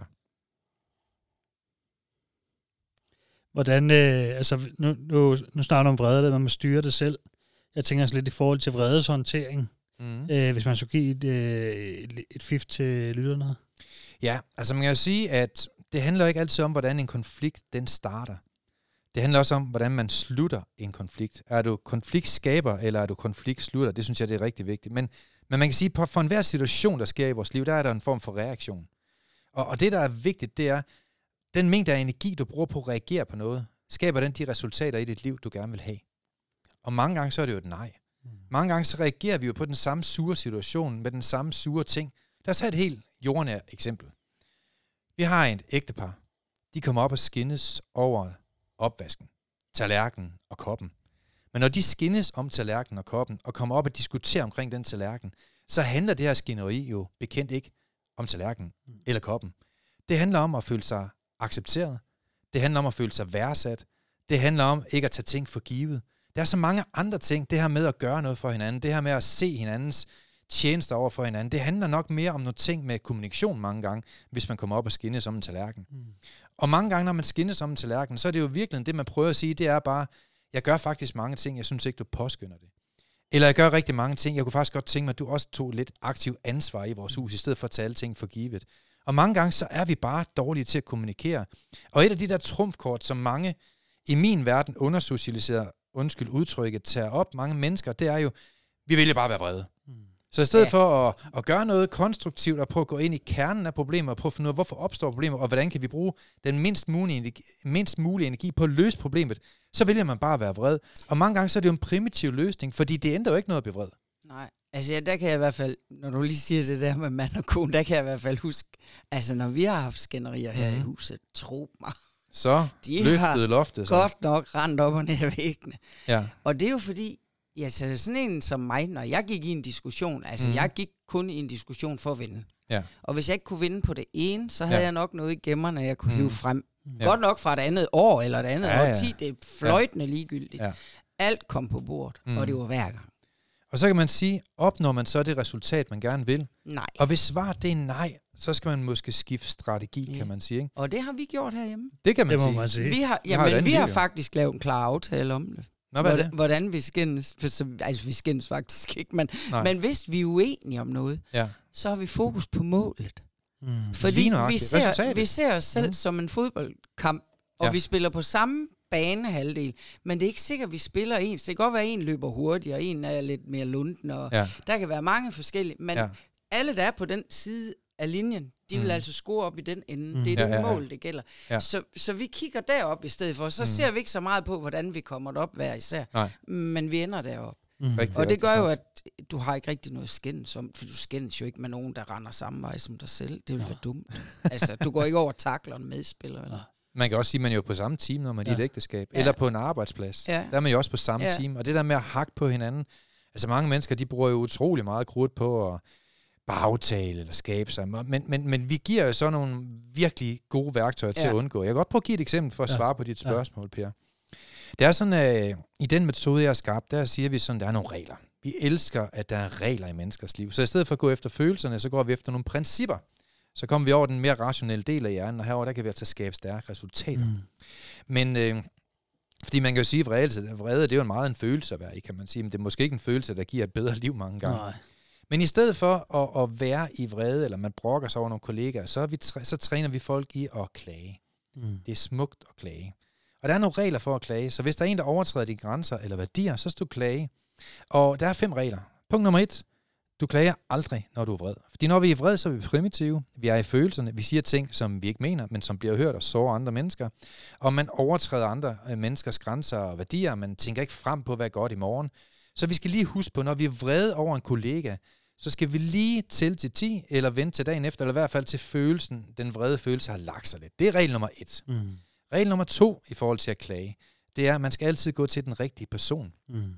Hvordan, altså nu snakker du om vrede, at man må styre det selv. Jeg tænker også lidt i forhold til vredeshåndtering, hvis man skulle give et fif til lytterne. Ja, altså man kan jo sige, at det handler ikke altid om, hvordan en konflikt den starter. Det handler også om, hvordan man slutter en konflikt. Er du konfliktskaber, eller er du konfliktslutter? Det synes jeg, det er rigtig vigtigt. Men man kan sige, at for enhver situation, der sker i vores liv, der er der en form for reaktion. Og det, der er vigtigt, det er, den mængde af energi, du bruger på at reagere på noget, skaber den de resultater i dit liv, du gerne vil have. Og mange gange så er det jo et nej. Mange gange så reagerer vi jo på den samme sure situation, med den samme sure ting. Lad os have et helt jordnært eksempel. Vi har et ægtepar. De kommer op og skændes over opvasken, tallerkenen og koppen. Men når de skændes om tallerkenen og koppen, og kommer op og diskuterer omkring den tallerken, så handler det her skænderi jo bekendt ikke om tallerkenen eller koppen. Det handler om at føle sig accepteret. Det handler om at føle sig værdsat. Det handler om ikke at tage ting for givet. Der er så mange andre ting, det her med at gøre noget for hinanden, det her med at se hinandens tjenester over for hinanden, det handler nok mere om nogle ting med kommunikation mange gange, hvis man kommer op og skændes om en tallerken. Og mange gange, når man skændes om en tallerken, så er det jo virkelig det, man prøver at sige, det er bare, jeg gør faktisk mange ting, jeg synes ikke, du påskynder det. Eller jeg gør rigtig mange ting, jeg kunne faktisk godt tænke mig, at du også tog lidt aktiv ansvar i vores hus, i stedet for at tage alle ting for givet. Og mange gange, så er vi bare dårlige til at kommunikere. Og et af de der trumfkort, som mange i min verden undskyld udtrykket, tager op mange mennesker, det er jo, vi vælger bare at være vrede. Så i stedet for at gøre noget konstruktivt og prøve at gå ind i kernen af problemer og prøve at finde ud af, hvorfor opstår problemer, og hvordan kan vi bruge den mindst mulige energi på at løse problemet, så vælger man bare at være vred. Og mange gange så er det jo en primitiv løsning, fordi det ændrer jo ikke noget at blive vred. Nej, altså der kan jeg i hvert fald, når du lige siger det der med mand og kone, der kan jeg i hvert fald huske, altså når vi har haft skænderier her i huset, tro mig. Så løftede loftet. Så godt nok rendt op og ned ad væggene. Ja. Og det er jo fordi, så sådan en som mig, når jeg gik i en diskussion, altså jeg gik kun i en diskussion for at vinde. Ja. Og hvis jeg ikke kunne vinde på det ene, så havde jeg nok noget i gemmerne, jeg kunne hive frem. Godt nok fra et andet år, eller et andet årti, det er fløjtende ligegyldigt. Ja. Alt kom på bordet, og det var hver gang. Og så kan man sige, opnår man så det resultat, man gerne vil? Nej. Og hvis svaret det er nej, så skal man måske skifte strategi, kan man sige. Ikke? Og det har vi gjort herhjemme. Det kan man sige. Det må man sige. Vi har faktisk lavet en klar aftale om det. Hvordan vi skændes. Altså, vi skændes faktisk ikke, men hvis vi er uenige om noget, så har vi fokus på målet. Fordi vi ser os selv som en fodboldkamp, og vi spiller på samme banehalvdel, men det er ikke sikkert, at vi spiller ens. Det kan godt være, at en løber hurtigt, og en er lidt mere lunden, og der kan være mange forskellige, men alle, der er på den side af linjen, de vil altså score op i den ende. Det er det mål, det gælder. Ja. Så vi kigger derop i stedet for, så ser vi ikke så meget på, hvordan vi kommer derop hver især, men vi ender derop. Og det gør jo, at du har ikke rigtig noget skændes om, for du skændes jo ikke med nogen, der render samme vej som dig selv. Det vil være dumt. Altså, du går ikke over og takler en medspiller, eller? Man kan også sige, at man er jo på samme team, når man er i et ægteskab. Eller på en arbejdsplads. Der er man jo også på samme team. Og det der med at hakke på hinanden. Altså mange mennesker, de bruger jo utrolig meget krudt på at bagtale eller skabe sig. Men vi giver jo så nogle virkelig gode værktøjer til at undgå. Jeg kan godt prøve at give et eksempel for at svare på dit spørgsmål, Per. Det er sådan, i den metode, jeg har skabt, der siger vi sådan, der er nogle regler. Vi elsker, at der er regler i menneskers liv. Så i stedet for at gå efter følelserne, så går vi efter nogle principper. Så kommer vi over den mere rationelle del af hjernen, og herover der kan vi altså skabe stærke resultater. Men fordi man kan jo sige, at vrede, det er jo meget en følelse at være i, kan man sige. Men det er måske ikke en følelse, der giver et bedre liv mange gange. Nej. Men i stedet for at være i vrede, eller man brokker sig over nogle kollegaer, så træner vi folk i at klage. Det er smukt at klage. Og der er nogle regler for at klage, så hvis der er en, der overtræder de grænser eller værdier, så skal du klage. Og der er 5 regler. Punkt nummer 1. Du klager aldrig, når du er vred. Fordi når vi er vred, så er vi primitive. Vi er i følelserne. Vi siger ting, som vi ikke mener, men som bliver hørt og sårer andre mennesker. Og man overtræder andre menneskers grænser og værdier. Man tænker ikke frem på, hvad er godt i morgen. Så vi skal lige huske på, når vi er vrede over en kollega, så skal vi lige til 10, eller vente til dagen efter, eller i hvert fald til følelsen, den vrede følelse har lagt sig lidt. Det er regel nummer 1. Regel nummer 2 i forhold til at klage, det er, at man skal altid gå til den rigtige person.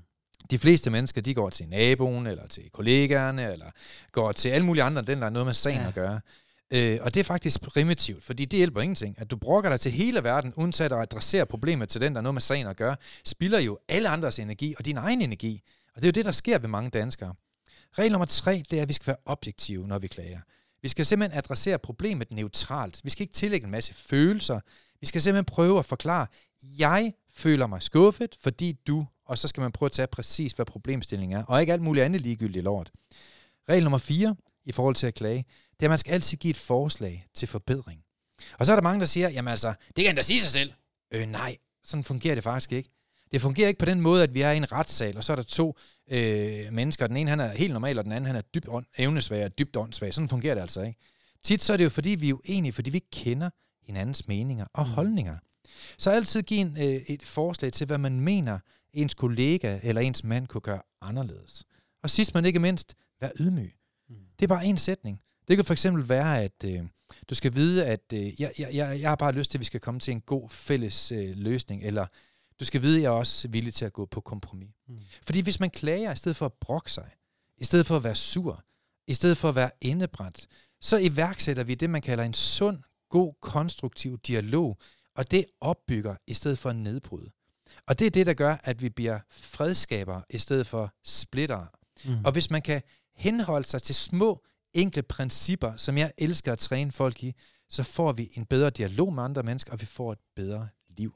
De fleste mennesker, de går til naboen, eller til kollegaerne, eller går til alle mulige andre, den der har noget med sagen at gøre. Og det er faktisk primitivt, fordi det hjælper ingenting. At du brokker dig til hele verden, uden at adressere problemet til den, der har noget med sagen at gøre, spilder jo alle andres energi, og din egen energi. Og det er jo det, der sker ved mange danskere. Regel nummer 3, det er, at vi skal være objektive, når vi klager. Vi skal simpelthen adressere problemet neutralt. Vi skal ikke tillægge en masse følelser. Vi skal simpelthen prøve at forklare, jeg føler mig skuffet, fordi du, og så skal man prøve at tage præcis, hvad problemstillingen er, og ikke alt muligt andet ligegyldigt lort. Regel nummer 4, i forhold til at klage, det er, at man skal altid give et forslag til forbedring. Og så er der mange, der siger, jamen altså, det kan da sige sig selv. Nej, sådan fungerer det faktisk ikke. Det fungerer ikke på den måde, at vi er i en retssal, og så er der 2 mennesker. Den ene, han er helt normal, og den anden, han er dybt evnesvag og dybt åndssvag. Sådan fungerer det altså ikke. Tit så er det jo, fordi vi er uenige, fordi vi ikke kender hinandens meninger og holdninger. Så altid give et forslag til, hvad man mener, ens kollega eller ens mand kunne gøre anderledes. Og sidst men ikke mindst, vær ydmyg. Det er bare en sætning. Det kan for eksempel være, at du skal vide, at jeg har bare lyst til, at vi skal komme til en god fælles løsning, eller du skal vide, at jeg er også villig til at gå på kompromis. Fordi hvis man klager, i stedet for at brokke sig, i stedet for at være sur, i stedet for at være indebrændt, så iværksætter vi det, man kalder en sund, god, konstruktiv dialog, og det opbygger i stedet for en nedbrud. Og det er det, der gør, at vi bliver fredskabere i stedet for splittere. Og hvis man kan henholde sig til små, enkle principper, som jeg elsker at træne folk i, så får vi en bedre dialog med andre mennesker, og vi får et bedre liv.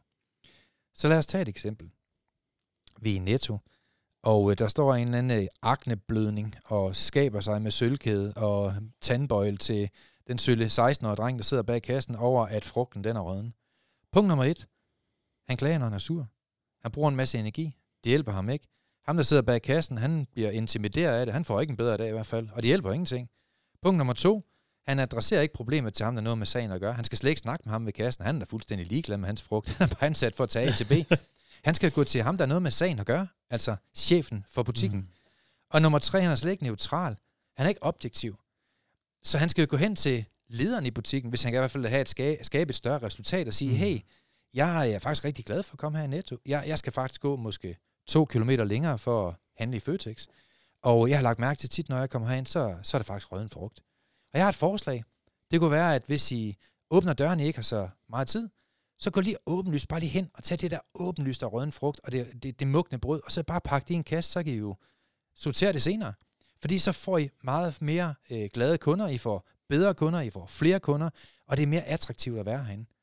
Så lad os tage et eksempel. Vi er i Netto, og der står en eller anden akneblødning og skaber sig med sølvkæde og tandbøjle til den sølle 16-årige dreng, der sidder bag kassen over, at frugten den er rådden. Punkt nummer 1. Han klager, når han er sur. Han bruger en masse energi. De hjælper ham ikke. Ham, der sidder bag kassen, han bliver intimideret af det. Han får ikke en bedre dag i hvert fald, og det hjælper ingenting. Punkt nummer 2. Han adresserer ikke problemet til ham, der noget med sagen at gøre. Han skal slet ikke snakke med ham ved kassen. Han er fuldstændig ligeglad med hans frugt. Han er bare ansat for at tage A til B. Han skal gå til ham, der er noget med sagen at gøre. Altså chefen for butikken. Og nummer 3, han er slet ikke neutral. Han er ikke objektiv. Så han skal jo gå hen til lederen i butikken, hvis han kan i hvert fald have skabe et større resultat og sige, hey, jeg er faktisk rigtig glad for at komme her i Netto. Jeg skal faktisk gå måske 2 kilometer længere for at handle i Føtex. Og jeg har lagt mærke til tit, når jeg kommer herind, så er det faktisk rødden frugt. Og jeg har et forslag. Det kunne være, at hvis I åbner døren, I ikke har så meget tid, så gå lige åbenlyst bare lige hen og tag det der åbenlyst af rødden frugt og det mugne brød, og så bare pakke det i en kasse, så kan I jo sortere det senere. Fordi så får I meget mere glade kunder, I får bedre kunder, I får flere kunder, og det er mere attraktivt at være herinde.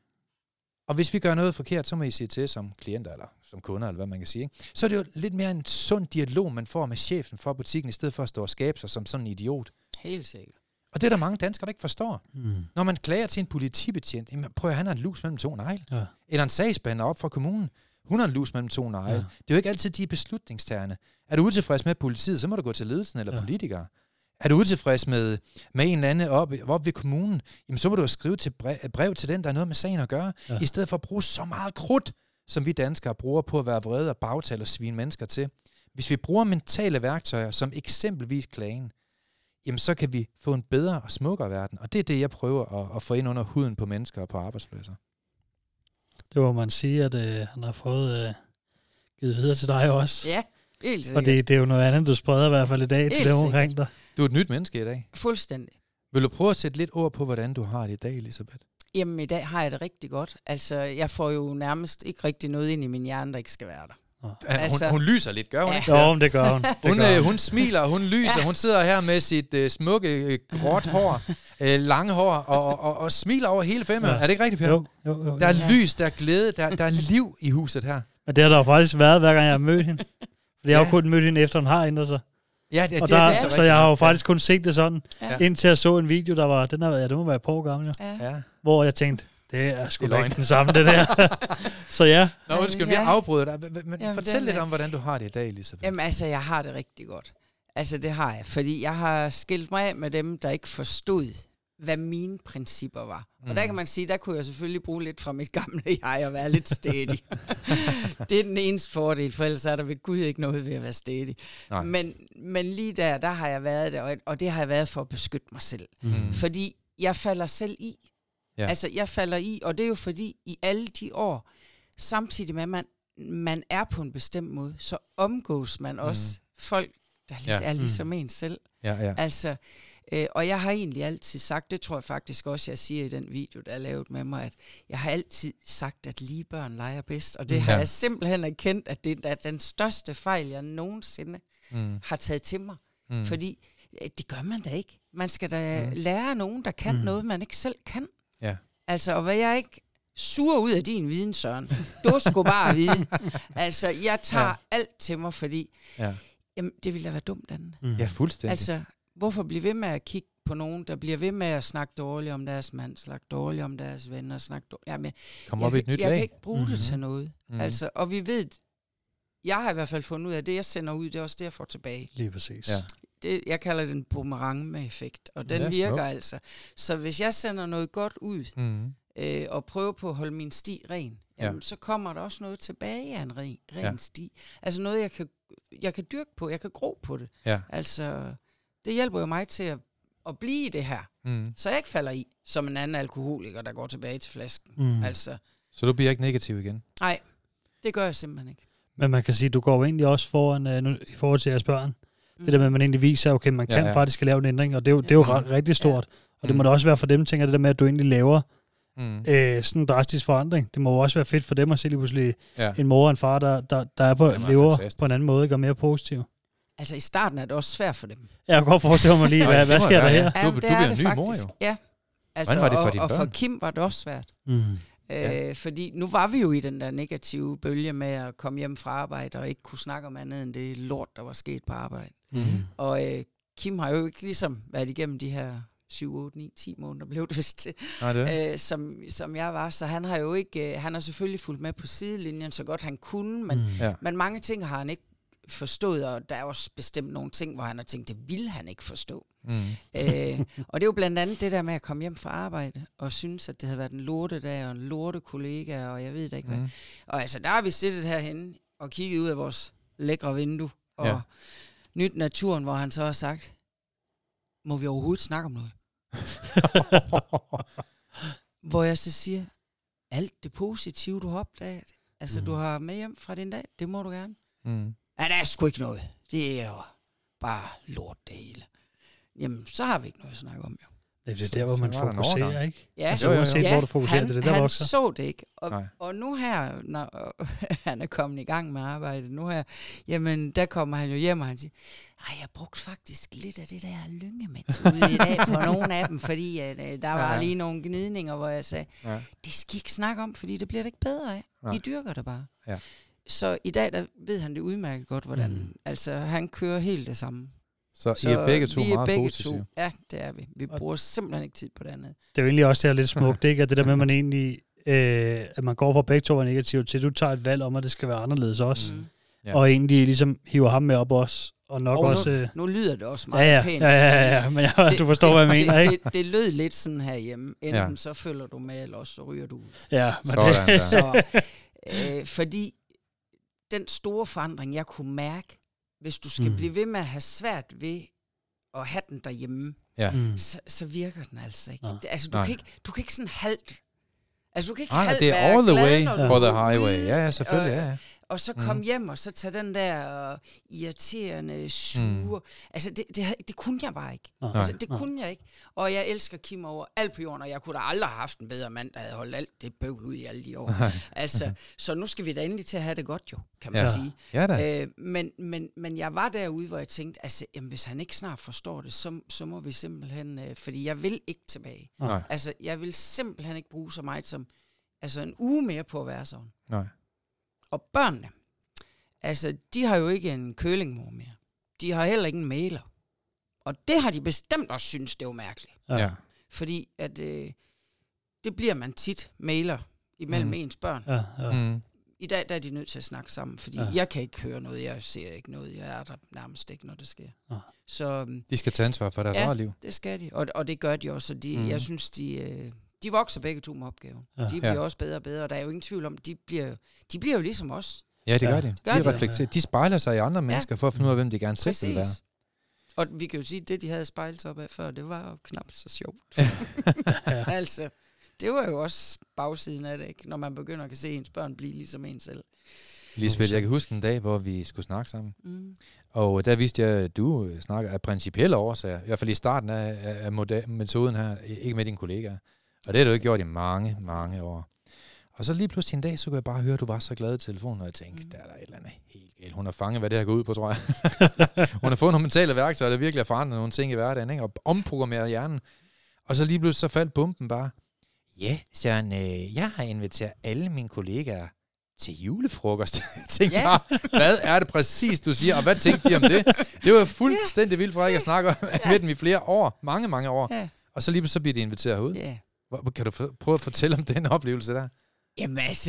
Og hvis vi gør noget forkert, så må I sige til som klienter, eller som kunder, eller hvad man kan sige. Ikke? Så er det jo lidt mere en sund dialog, man får med chefen for butikken, i stedet for at stå og skabe sig som sådan en idiot. Helt sikkert. Og det er der mange danskere, der ikke forstår. Når man klager til en politibetjent, prøv at han har en lus mellem 2 negle. Ja. Eller en sagsbehandler op fra kommunen, hun har en lus mellem 2 negle. Ja. Det er jo ikke altid de beslutningstagerne. Er du utilfreds med politiet, så må du gå til ledelsen eller politikere. Er du utilfreds med en eller anden op ved kommunen, jamen så må du skrive til brev til den, der er noget med sagen at gøre, i stedet for at bruge så meget krudt, som vi danskere bruger på at være vrede og bagtale og svine mennesker til. Hvis vi bruger mentale værktøjer, som eksempelvis klagen, jamen så kan vi få en bedre og smukkere verden. Og det er det, jeg prøver at få ind under huden på mennesker og på arbejdspladser. Det må man sige, at han har fået givet videre til dig også. Ja, helt sikkert. Og det er jo noget andet, du spreder i hvert fald i dag til dem omkring dig. Du er et nyt menneske i dag. Fuldstændig. Vil du prøve at sætte lidt ord på, hvordan du har det i dag, Elisabeth? Jamen, i dag har jeg det rigtig godt. Altså, jeg får jo nærmest ikke rigtig noget ind i min hjerne, der ikke skal være der. Altså, hun lyser lidt, gør hun ikke? Jo, det gør hun. Hun smiler, hun lyser, hun sidder her med sit smukke, gråt hår, lange hår, og smiler over hele femøren. Er det ikke rigtigt, Per? Jo. Der er lys, der er glæde, der er liv i huset her. Og det har der jo faktisk været, hver gang jeg har mødt hende. Fordi jeg har jo kun mødt hende, efter hun har ændret sig. Ja, det så jeg har jo faktisk kun set det sådan, indtil jeg så en video, der var, den må være på år gammel, hvor jeg tænkte, det er sgu da ikke den samme, det der. Så ja. Nå, undskyld, jeg afbryder dig. Men fortæl lidt om, hvordan du har det i dag, Elisabeth. Jamen altså, jeg har det rigtig godt. Altså, det har jeg. Fordi jeg har skilt mig af med dem, der ikke forstod, hvad mine principper var. Og der kan man sige, der kunne jeg selvfølgelig bruge lidt fra mit gamle jeg og være lidt stædig. Det er den eneste fordel, for ellers er der ved Gud ikke noget ved at være stædig. Men lige der har jeg været det, og det har jeg været for at beskytte mig selv. Fordi jeg falder selv i. Ja. Altså, jeg falder i, og det er jo fordi, i alle de år, samtidig med, at man er på en bestemt måde, så omgås man også folk, der lidt er ligesom en selv. Ja. Altså, og jeg har egentlig altid sagt, det tror jeg faktisk også, jeg siger i den video, der er lavet med mig, at jeg har altid sagt, at lige børn leger bedst, og det har jeg simpelthen erkendt, at det er den største fejl, jeg nogensinde har taget til mig. Fordi det gør man da ikke. Man skal da lære nogen, der kan noget, man ikke selv kan. Ja. Altså, og hvad jeg ikke suger ud af din viden, Søren. Du skulle bare vide. Altså, jeg tager alt til mig, fordi jamen, det ville da være dumt andet. Ja, fuldstændig. Altså, hvorfor blive ved med at kigge på nogen, der bliver ved med at snakke dårligt om deres mand, snakke dårligt om deres venner, snakke dårligt. Jamen, jeg kan ikke bruge det til noget. Altså, og vi ved, jeg har i hvert fald fundet ud af, at det, jeg sender ud, det er også det, jeg får tilbage. Lige præcis. Ja. Jeg kalder det en boomerang med effekt, og den virker altså. Så hvis jeg sender noget godt ud, og prøver på at holde min sti ren, jamen, så kommer der også noget tilbage af en ren sti. Altså noget, jeg kan dyrke på, jeg kan gro på det. Ja. Altså, det hjælper jo mig til at blive i det her, så jeg ikke falder i, som en anden alkoholiker, der går tilbage til flasken. Altså. Så du bliver ikke negativ igen? Nej, det gør jeg simpelthen ikke. Men man kan sige, du går jo egentlig også foran, i forhold til jeres børn. Det der med, at man egentlig viser, okay, man kan faktisk lave en ændring, og det er jo rigtig stort. Og det må da også være for dem, tænker det der med, at du egentlig laver sådan en drastisk forandring. Det må jo også være fedt for dem at se lige pludselig en mor og en far, der er lever fantastisk på en anden måde, og er mere positiv. Altså i starten er det også svært for dem. Jeg kan godt forestille mig lige, hvad sker der her? Du bliver en ny mor jo. Ja, altså, var det for dine børn? Og for Kim var det også svært. Fordi nu var vi jo i den der negative bølge med at komme hjem fra arbejde og ikke kunne snakke om andet end det lort, der var sket på arbejde. Og Kim har jo ikke ligesom været igennem de her 7, 8, 9, 10 måneder blev det vist til, som jeg var. Så han har jo ikke, han har selvfølgelig fulgt med på sidelinjen, så godt han kunne, men mange ting har han ikke forstået, og der er også bestemt nogle ting, hvor han har tænkt, det ville han ikke forstå. Og det er jo blandt andet det der med at komme hjem fra arbejde, og synes, at det havde været en lortedag, og en lortekollega, og jeg ved da ikke hvad. Og altså, der har vi siddet herhenne, og kigget ud af vores lækre vindue, og nyt naturen, hvor han så har sagt, må vi overhovedet snakke om noget? Hvor jeg så siger, alt det positive, du har opdaget, altså du har med hjem fra din dag, det må du gerne. Ja, der er sgu ikke noget. Det er jo bare lort det hele. Jamen, så har vi ikke noget at snakke om, jo. Det er der, hvor man fokuserer, ikke? Ja, altså uanset hvor du fokuserer, det der han vokser. Så det ikke. Og nu her, når han er kommet i gang med arbejdet, nu her, jamen, der kommer han jo hjem, og han siger, jeg brugte faktisk lidt af det der lyngemetode i dag på nogle af dem, fordi der var lige nogle gnidninger, hvor jeg sagde, det skal I ikke snakke om, fordi det bliver det ikke bedre af. I dyrker det bare. Ja. Så i dag, der ved han det udmærket godt, hvordan, altså han kører helt det samme. Så I er begge to meget positive? Ja, det er vi. Vi bruger simpelthen ikke tid på det andet. Det er jo egentlig også det lidt smukt, ikke? At det der med, at man egentlig, at man går fra begge to er negative til, du tager et valg om, at det skal være anderledes også. Og egentlig ligesom hiver ham med op også. Og nok også... Nu lyder det også meget pænt. Ja, men du forstår, hvad jeg mener, ikke? Det lød lidt sådan herhjemme. Enten så følger du med, eller også så ryger du ud. Ja, men sådan, fordi den store forandring, jeg kunne mærke, hvis du skal blive ved med at have svært ved at have den derhjemme, så virker den altså ikke. Altså, du kan ikke sådan halvt. Altså, du kan ikke halvt det er være all the glad, way for the highway. Ja, selvfølgelig, ja. Og så komme hjem, og så tage den der irriterende sure. Altså, det kunne jeg bare ikke. Altså, det kunne jeg ikke. Og jeg elsker Kim over alt på jorden, og jeg kunne da aldrig have haft en bedre mand, der havde holdt alt det bøvl ud i alle de år. Altså, så nu skal vi da endelig til at have det godt jo, kan man sige. Ja, da. Men jeg var derude, hvor jeg tænkte, altså, jamen, hvis han ikke snart forstår det, så må vi simpelthen, fordi jeg vil ikke tilbage. Altså, jeg vil simpelthen ikke bruge så meget som en uge mere på at være sådan. Nej. Og børnene, altså, de har jo ikke en kølingmor mere. De har heller ikke en mailer. Og det har de bestemt også synes, det var mærkeligt. Ja. Fordi at det bliver man tit mailer imellem ens børn. Ja. I dag der er de nødt til at snakke sammen, fordi jeg kan ikke høre noget, jeg ser ikke noget, jeg er der nærmest ikke, når det sker. Så, de skal tage ansvar for deres eget liv. Det skal de, og det gør de også. Jeg synes, de vokser begge to med opgaven. De bliver også bedre og bedre, og der er jo ingen tvivl om, de bliver jo ligesom os. Ja, det gør de. De reflekterer. De spejler sig i andre mennesker for at finde ud af, hvem de gerne selv vil være. Og vi kan jo sige, at det, de havde spejlet sig op af før, det var jo knap så sjovt. Altså, det var jo også bagsiden af det, ikke? Når man begynder at kan se ens børn blive ligesom en selv. Lisbeth, jeg kan huske en dag, hvor vi skulle snakke sammen. Og der vidste jeg, at du snakker af principielle årsager. I hvert fald i starten af metoden her, ikke med dine kollegaer. Og det har du ikke gjort i mange, mange år. Og så lige pludselig en dag, så kunne jeg bare høre, at du var så glad i telefonen, og jeg tænkte, der er der et eller andet helt galt. Hun har fanget, hvad det her går ud på, tror jeg. Hun har fået nogle mentale værktøjer, der virkelig har forandret nogle ting i hverdagen, ikke? Og omprogrammeret hjernen. Og så lige pludselig så faldt bomben bare. Ja, Søren, jeg har inviteret alle mine kollegaer til julefrokost. Jeg tænkte bare, hvad er det præcis, du siger, og hvad tænkte de om det? Det var fuldstændig vildt for, at jeg snakker med dem i flere år, mange, mange år. Ja. Og så lige pludselig så bliver de inviteret ud. Ja. Kan du prøve at fortælle om den oplevelse der? Jamen altså,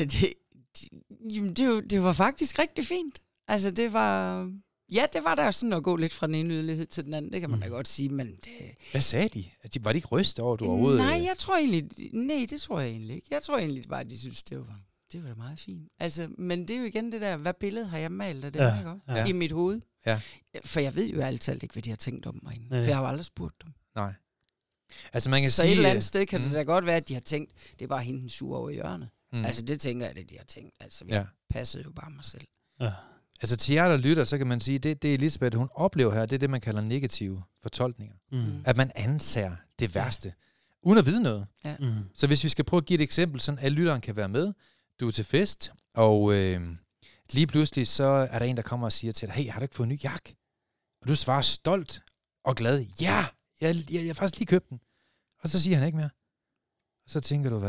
det var faktisk rigtig fint. Altså det var... Ja, det var der sådan at gå lidt fra den ene yderlighed til den anden, det kan man da godt sige, men det... Hvad sagde de? Var de ikke rystet over, du overhovedet... Nej, det tror jeg egentlig ikke. Jeg tror egentlig bare, at de synes, det var da meget fint. Altså, men det er jo igen det der, hvad billede har jeg malet af det, ikke? I mit hoved. Ja. For jeg ved jo altid ikke, hvad de har tænkt om mig inden. For jeg har jo aldrig spurgt dem. Nej. Altså man kan så sige... et eller andet sted kan det da godt være, at de har tænkt, det er bare hende den sur over i hjørnet. Altså det tænker jeg, det de har tænkt. Altså vi passede jo bare mig selv. Ja. Altså til jer, der lytter, så kan man sige, det Elisabeth, hun oplever her, det er det, man kalder negative fortolkninger. At man anser det værste, uden at vide noget. Ja. Så hvis vi skal prøve at give et eksempel, sådan at lytteren kan være med, du er til fest, og lige pludselig så er der en, der kommer og siger til dig, hey, har du ikke fået en ny jakke? Og du svarer stolt og glad, ja, jeg har faktisk lige købt den. Og så siger han ikke mere. Og så tænker du,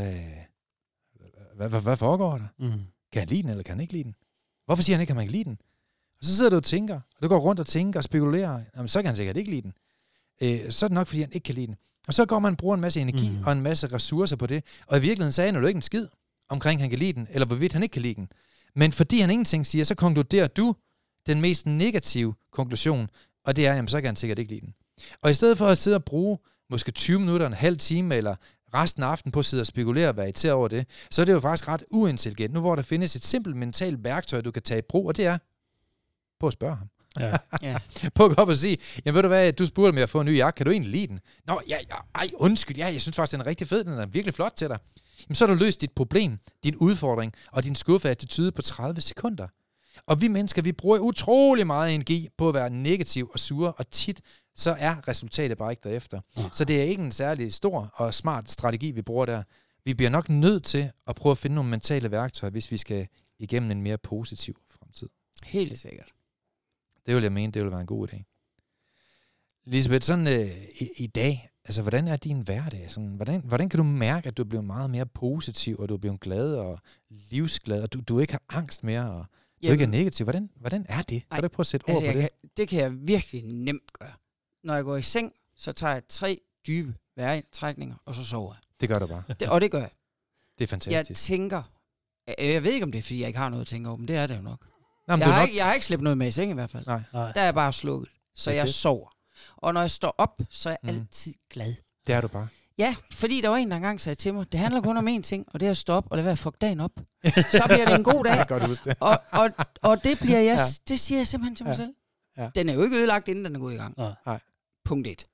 hvad foregår der? Kan han lide den, eller kan han ikke lide den? Hvorfor siger han ikke, at man kan lide den? Og så sidder du og tænker, og du går rundt og tænker og spekulerer, jamen, så kan han sikkert ikke lide den. Så er det nok, fordi han ikke kan lide den. Og så går man og bruger en masse energi og en masse ressourcer på det. Og i virkeligheden så aner du ikke en skid omkring, han kan lide den, eller hvorvidt han ikke kan lide den. Men fordi han ingenting siger, så konkluderer du den mest negative konklusion, og det er, jamen så kan han sikkert ikke lide den. Og i stedet for at sidde og bruge måske 20 minutter, en halv time, eller resten af aftenen på at sidde og spekulere og være irriteret over det, så er det jo faktisk ret uintelligent. Nu hvor der findes et simpelt mentalt værktøj, du kan tage i brug, og det er på at spørge ham. Ja. På at gå op og sige, jamen ved du hvad, du spurgte mig at få en ny jakke, kan du egentlig lide den? Nå, undskyld, jeg synes faktisk, den er rigtig fed, den er virkelig flot til dig. Jamen så har du løst dit problem, din udfordring og din skuffede attitude på 30 sekunder. Og vi mennesker, vi bruger utrolig meget energi på at være negativ og sure, og tit så er resultatet bare ikke derefter. Så det er ikke en særlig stor og smart strategi, vi bruger der. Vi bliver nok nødt til at prøve at finde nogle mentale værktøjer, hvis vi skal igennem en mere positiv fremtid. Helt sikkert. Det vil jeg mene, det vil være en god idé. Lisbeth, sådan i dag, altså hvordan er din hverdag? Sådan, hvordan kan du mærke, at du er blevet meget mere positiv, og du er blevet glad og livsglad, og du ikke har angst mere, og du ikke er negativ? Hvordan er det? Kan du prøve at sætte ord på det? Det kan jeg virkelig nemt gøre. Når jeg går i seng, så tager jeg 3 dybe vejrtrækninger, og så sover jeg. Det gør du bare. Og det gør jeg. Det er fantastisk. Jeg tænker, jeg ved ikke om det er, fordi jeg ikke har noget at tænke over, men det er det jo nok. Jamen, Jeg har ikke slæbt noget med i seng i hvert fald. Nej. Der er jeg bare slukket, så jeg sover. Og når jeg står op, så er jeg altid glad. Det er du bare. Ja, fordi der var en, der engang sagde til mig, det handler kun om én ting, og det er at stå op og lade være at fuck dagen op. Så bliver det en god dag. Jeg kan godt huske det. Og det bliver jeg, det siger jeg simpelthen til mig selv. Ja. Den er jo ikke ødelagt, inden den er gået i gang. Nej. Punkt 1.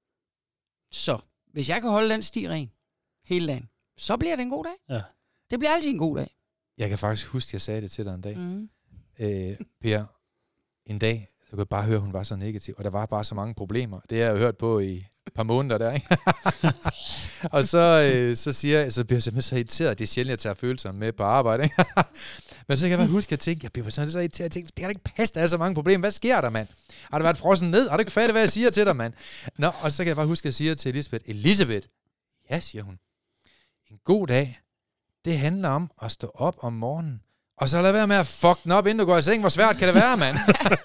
Så, hvis jeg kan holde den sti ren hele dagen, så bliver det en god dag. Ja. Det bliver altid en god dag. Jeg kan faktisk huske, at jeg sagde det til dig en dag. Per, en dag, så kunne jeg bare høre, at hun var så negativ, og der var bare så mange problemer. Det har jeg hørt på i et par måneder der, ikke? Og så siger jeg, så bliver jeg simpelthen så irriteret. Det er sjældent, at jeg tager følelser med på arbejde, ikke? Men så kan jeg bare huske, at jeg tænkte, jeg bliver så irriteret. Jeg tænkte, det kan da ikke passe, der er så mange problemer. Hvad sker der, mand? Har du været frossen ned? Har du ikke fattet, hvad jeg siger til dig, mand? Nå, og så kan jeg bare huske, at jeg siger til Elisabeth, ja, siger hun, en god dag, det handler om at stå op om morgenen, og så lad være med at fuck den op, inden du går i seng. Hvor svært kan det være, mand?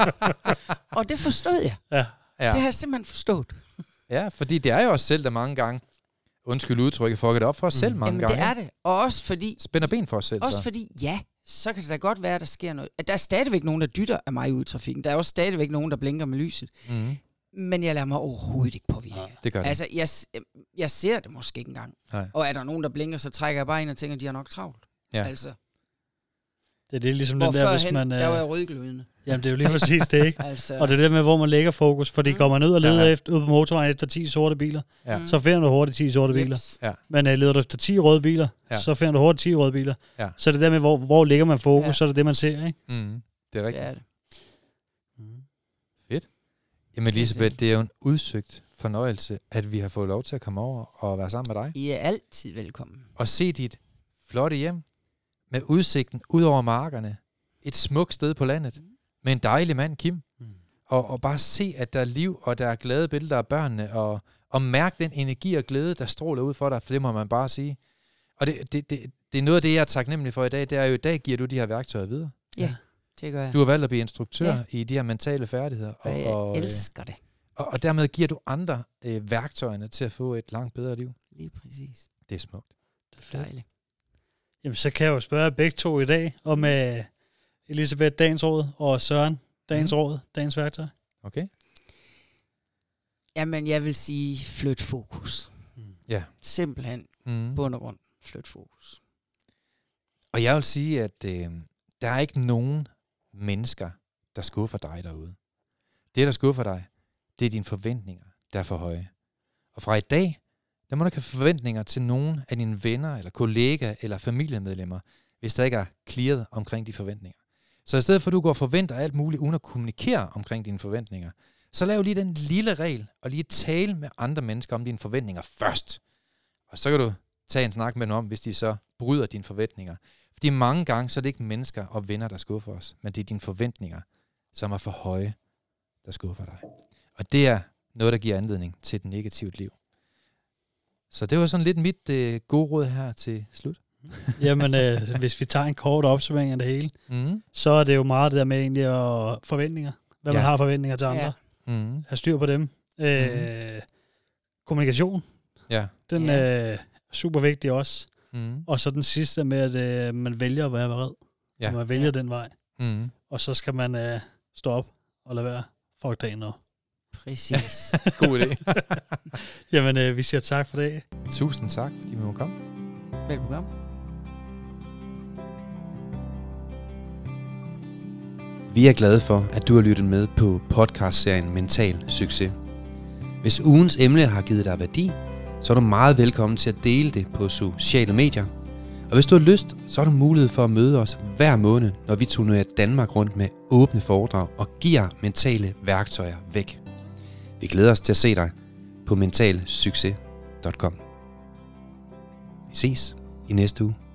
Og det forstod jeg. Ja. Det har jeg simpelthen forstået. Ja, fordi det er jo os selv, der mange gange, undskyld udtrykket, fucker det op for os selv mange gange. Jamen det er det. Og også fordi... Spænder ben for os selv. Også fordi, så kan det da godt være, at der sker noget. Der er stadigvæk nogen, der dytter af mig ud i trafikken. Der er også stadigvæk nogen, der blinker med lyset. Men jeg lader mig overhovedet ikke påvirke. Ja, det gør det. Altså, jeg ser det måske ikke engang. Nej. Og er der nogen, der blinker, så trækker jeg bare ind og tænker, at de har nok travlt. Ja. Altså. Det er ligesom den der, hvis man... der var jeg rødglødende. Jamen, det er jo lige præcis det, ikke? Altså. Og det er det med, hvor man lægger fokus. Fordi går man ud og leder ud på motorvejen efter 10 sorte biler, så finder du hurtigt 10 sorte biler. Ja. Men leder du efter 10 røde biler, så finder du hurtigt 10 røde biler. Ja. Så det er det med, hvor lægger man fokus, så er det det, man ser, ikke? Det er rigtigt. Det er det. Fedt. Jamen, Elisabeth, det er jo en udsøgt fornøjelse, at vi har fået lov til at komme over og være sammen med dig. I er altid velkommen. Og se dit flotte hjem med udsigten ud over markerne. Et smukt sted på landet. Med en dejlig mand, Kim. Og bare se, at der er liv, og der er glade billeder af børnene, og mærke den energi og glæde, der stråler ud for dig, for det må man bare sige. Og det er noget af det, jeg er taknemmelig for i dag, det er jo, i dag giver du de her værktøjer videre. Ja, det gør jeg. Du har valgt at blive instruktør i de her mentale færdigheder. Og jeg elsker det. Og dermed giver du andre værktøjerne til at få et langt bedre liv. Lige præcis. Det er smukt. Det er dejligt. Jamen, så kan jeg jo spørge begge to i dag om Elisabeth, dagens råd, og Søren, dagens råd, dagens værktøj. Okay. Jamen, jeg vil sige, flyt fokus. Ja. Simpelthen, bund og grund, flyt fokus. Og jeg vil sige, at der er ikke nogen mennesker, der skuffer dig derude. Det, der skuffer dig, det er dine forventninger, der er for høje. Og fra i dag, der må du ikke have forventninger til nogen af dine venner, eller kollegaer, eller familiemedlemmer, hvis der ikke er clearet omkring de forventninger. Så i stedet for, at du går og forventer alt muligt, uden at kommunikere omkring dine forventninger, så lav lige den lille regel, og lige tale med andre mennesker om dine forventninger først. Og så kan du tage en snak med dem om, hvis de så bryder dine forventninger. Fordi mange gange, så er det ikke mennesker og venner, der skuffer os, men det er dine forventninger, som er for høje, der skuffer dig. Og det er noget, der giver anledning til et negativt liv. Så det var sådan lidt mit gode råd her til slut. Jamen, hvis vi tager en kort opsummering af det hele, så er det jo meget det der med egentlig forventninger. Man har forventninger til andre. Have styr på dem. Kommunikation. Ja. Den er super vigtig også. Og så den sidste med, at man vælger at være vred. Ja. Man vælger den vej. Og så skal man stå op og lade være fuck dagen op. Præcis. God idé. Jamen, vi siger tak for det. Tusind tak, fordi vi må komme. Velbekomme. Vi er glade for, at du har lyttet med på podcastserien Mental Succes. Hvis ugens emne har givet dig værdi, så er du meget velkommen til at dele det på sociale medier. Og hvis du har lyst, så har du mulighed for at møde os hver måned, når vi turnerer Danmark rundt med åbne foredrag og giver mentale værktøjer væk. Vi glæder os til at se dig på mentalsucces.com. Vi ses i næste uge.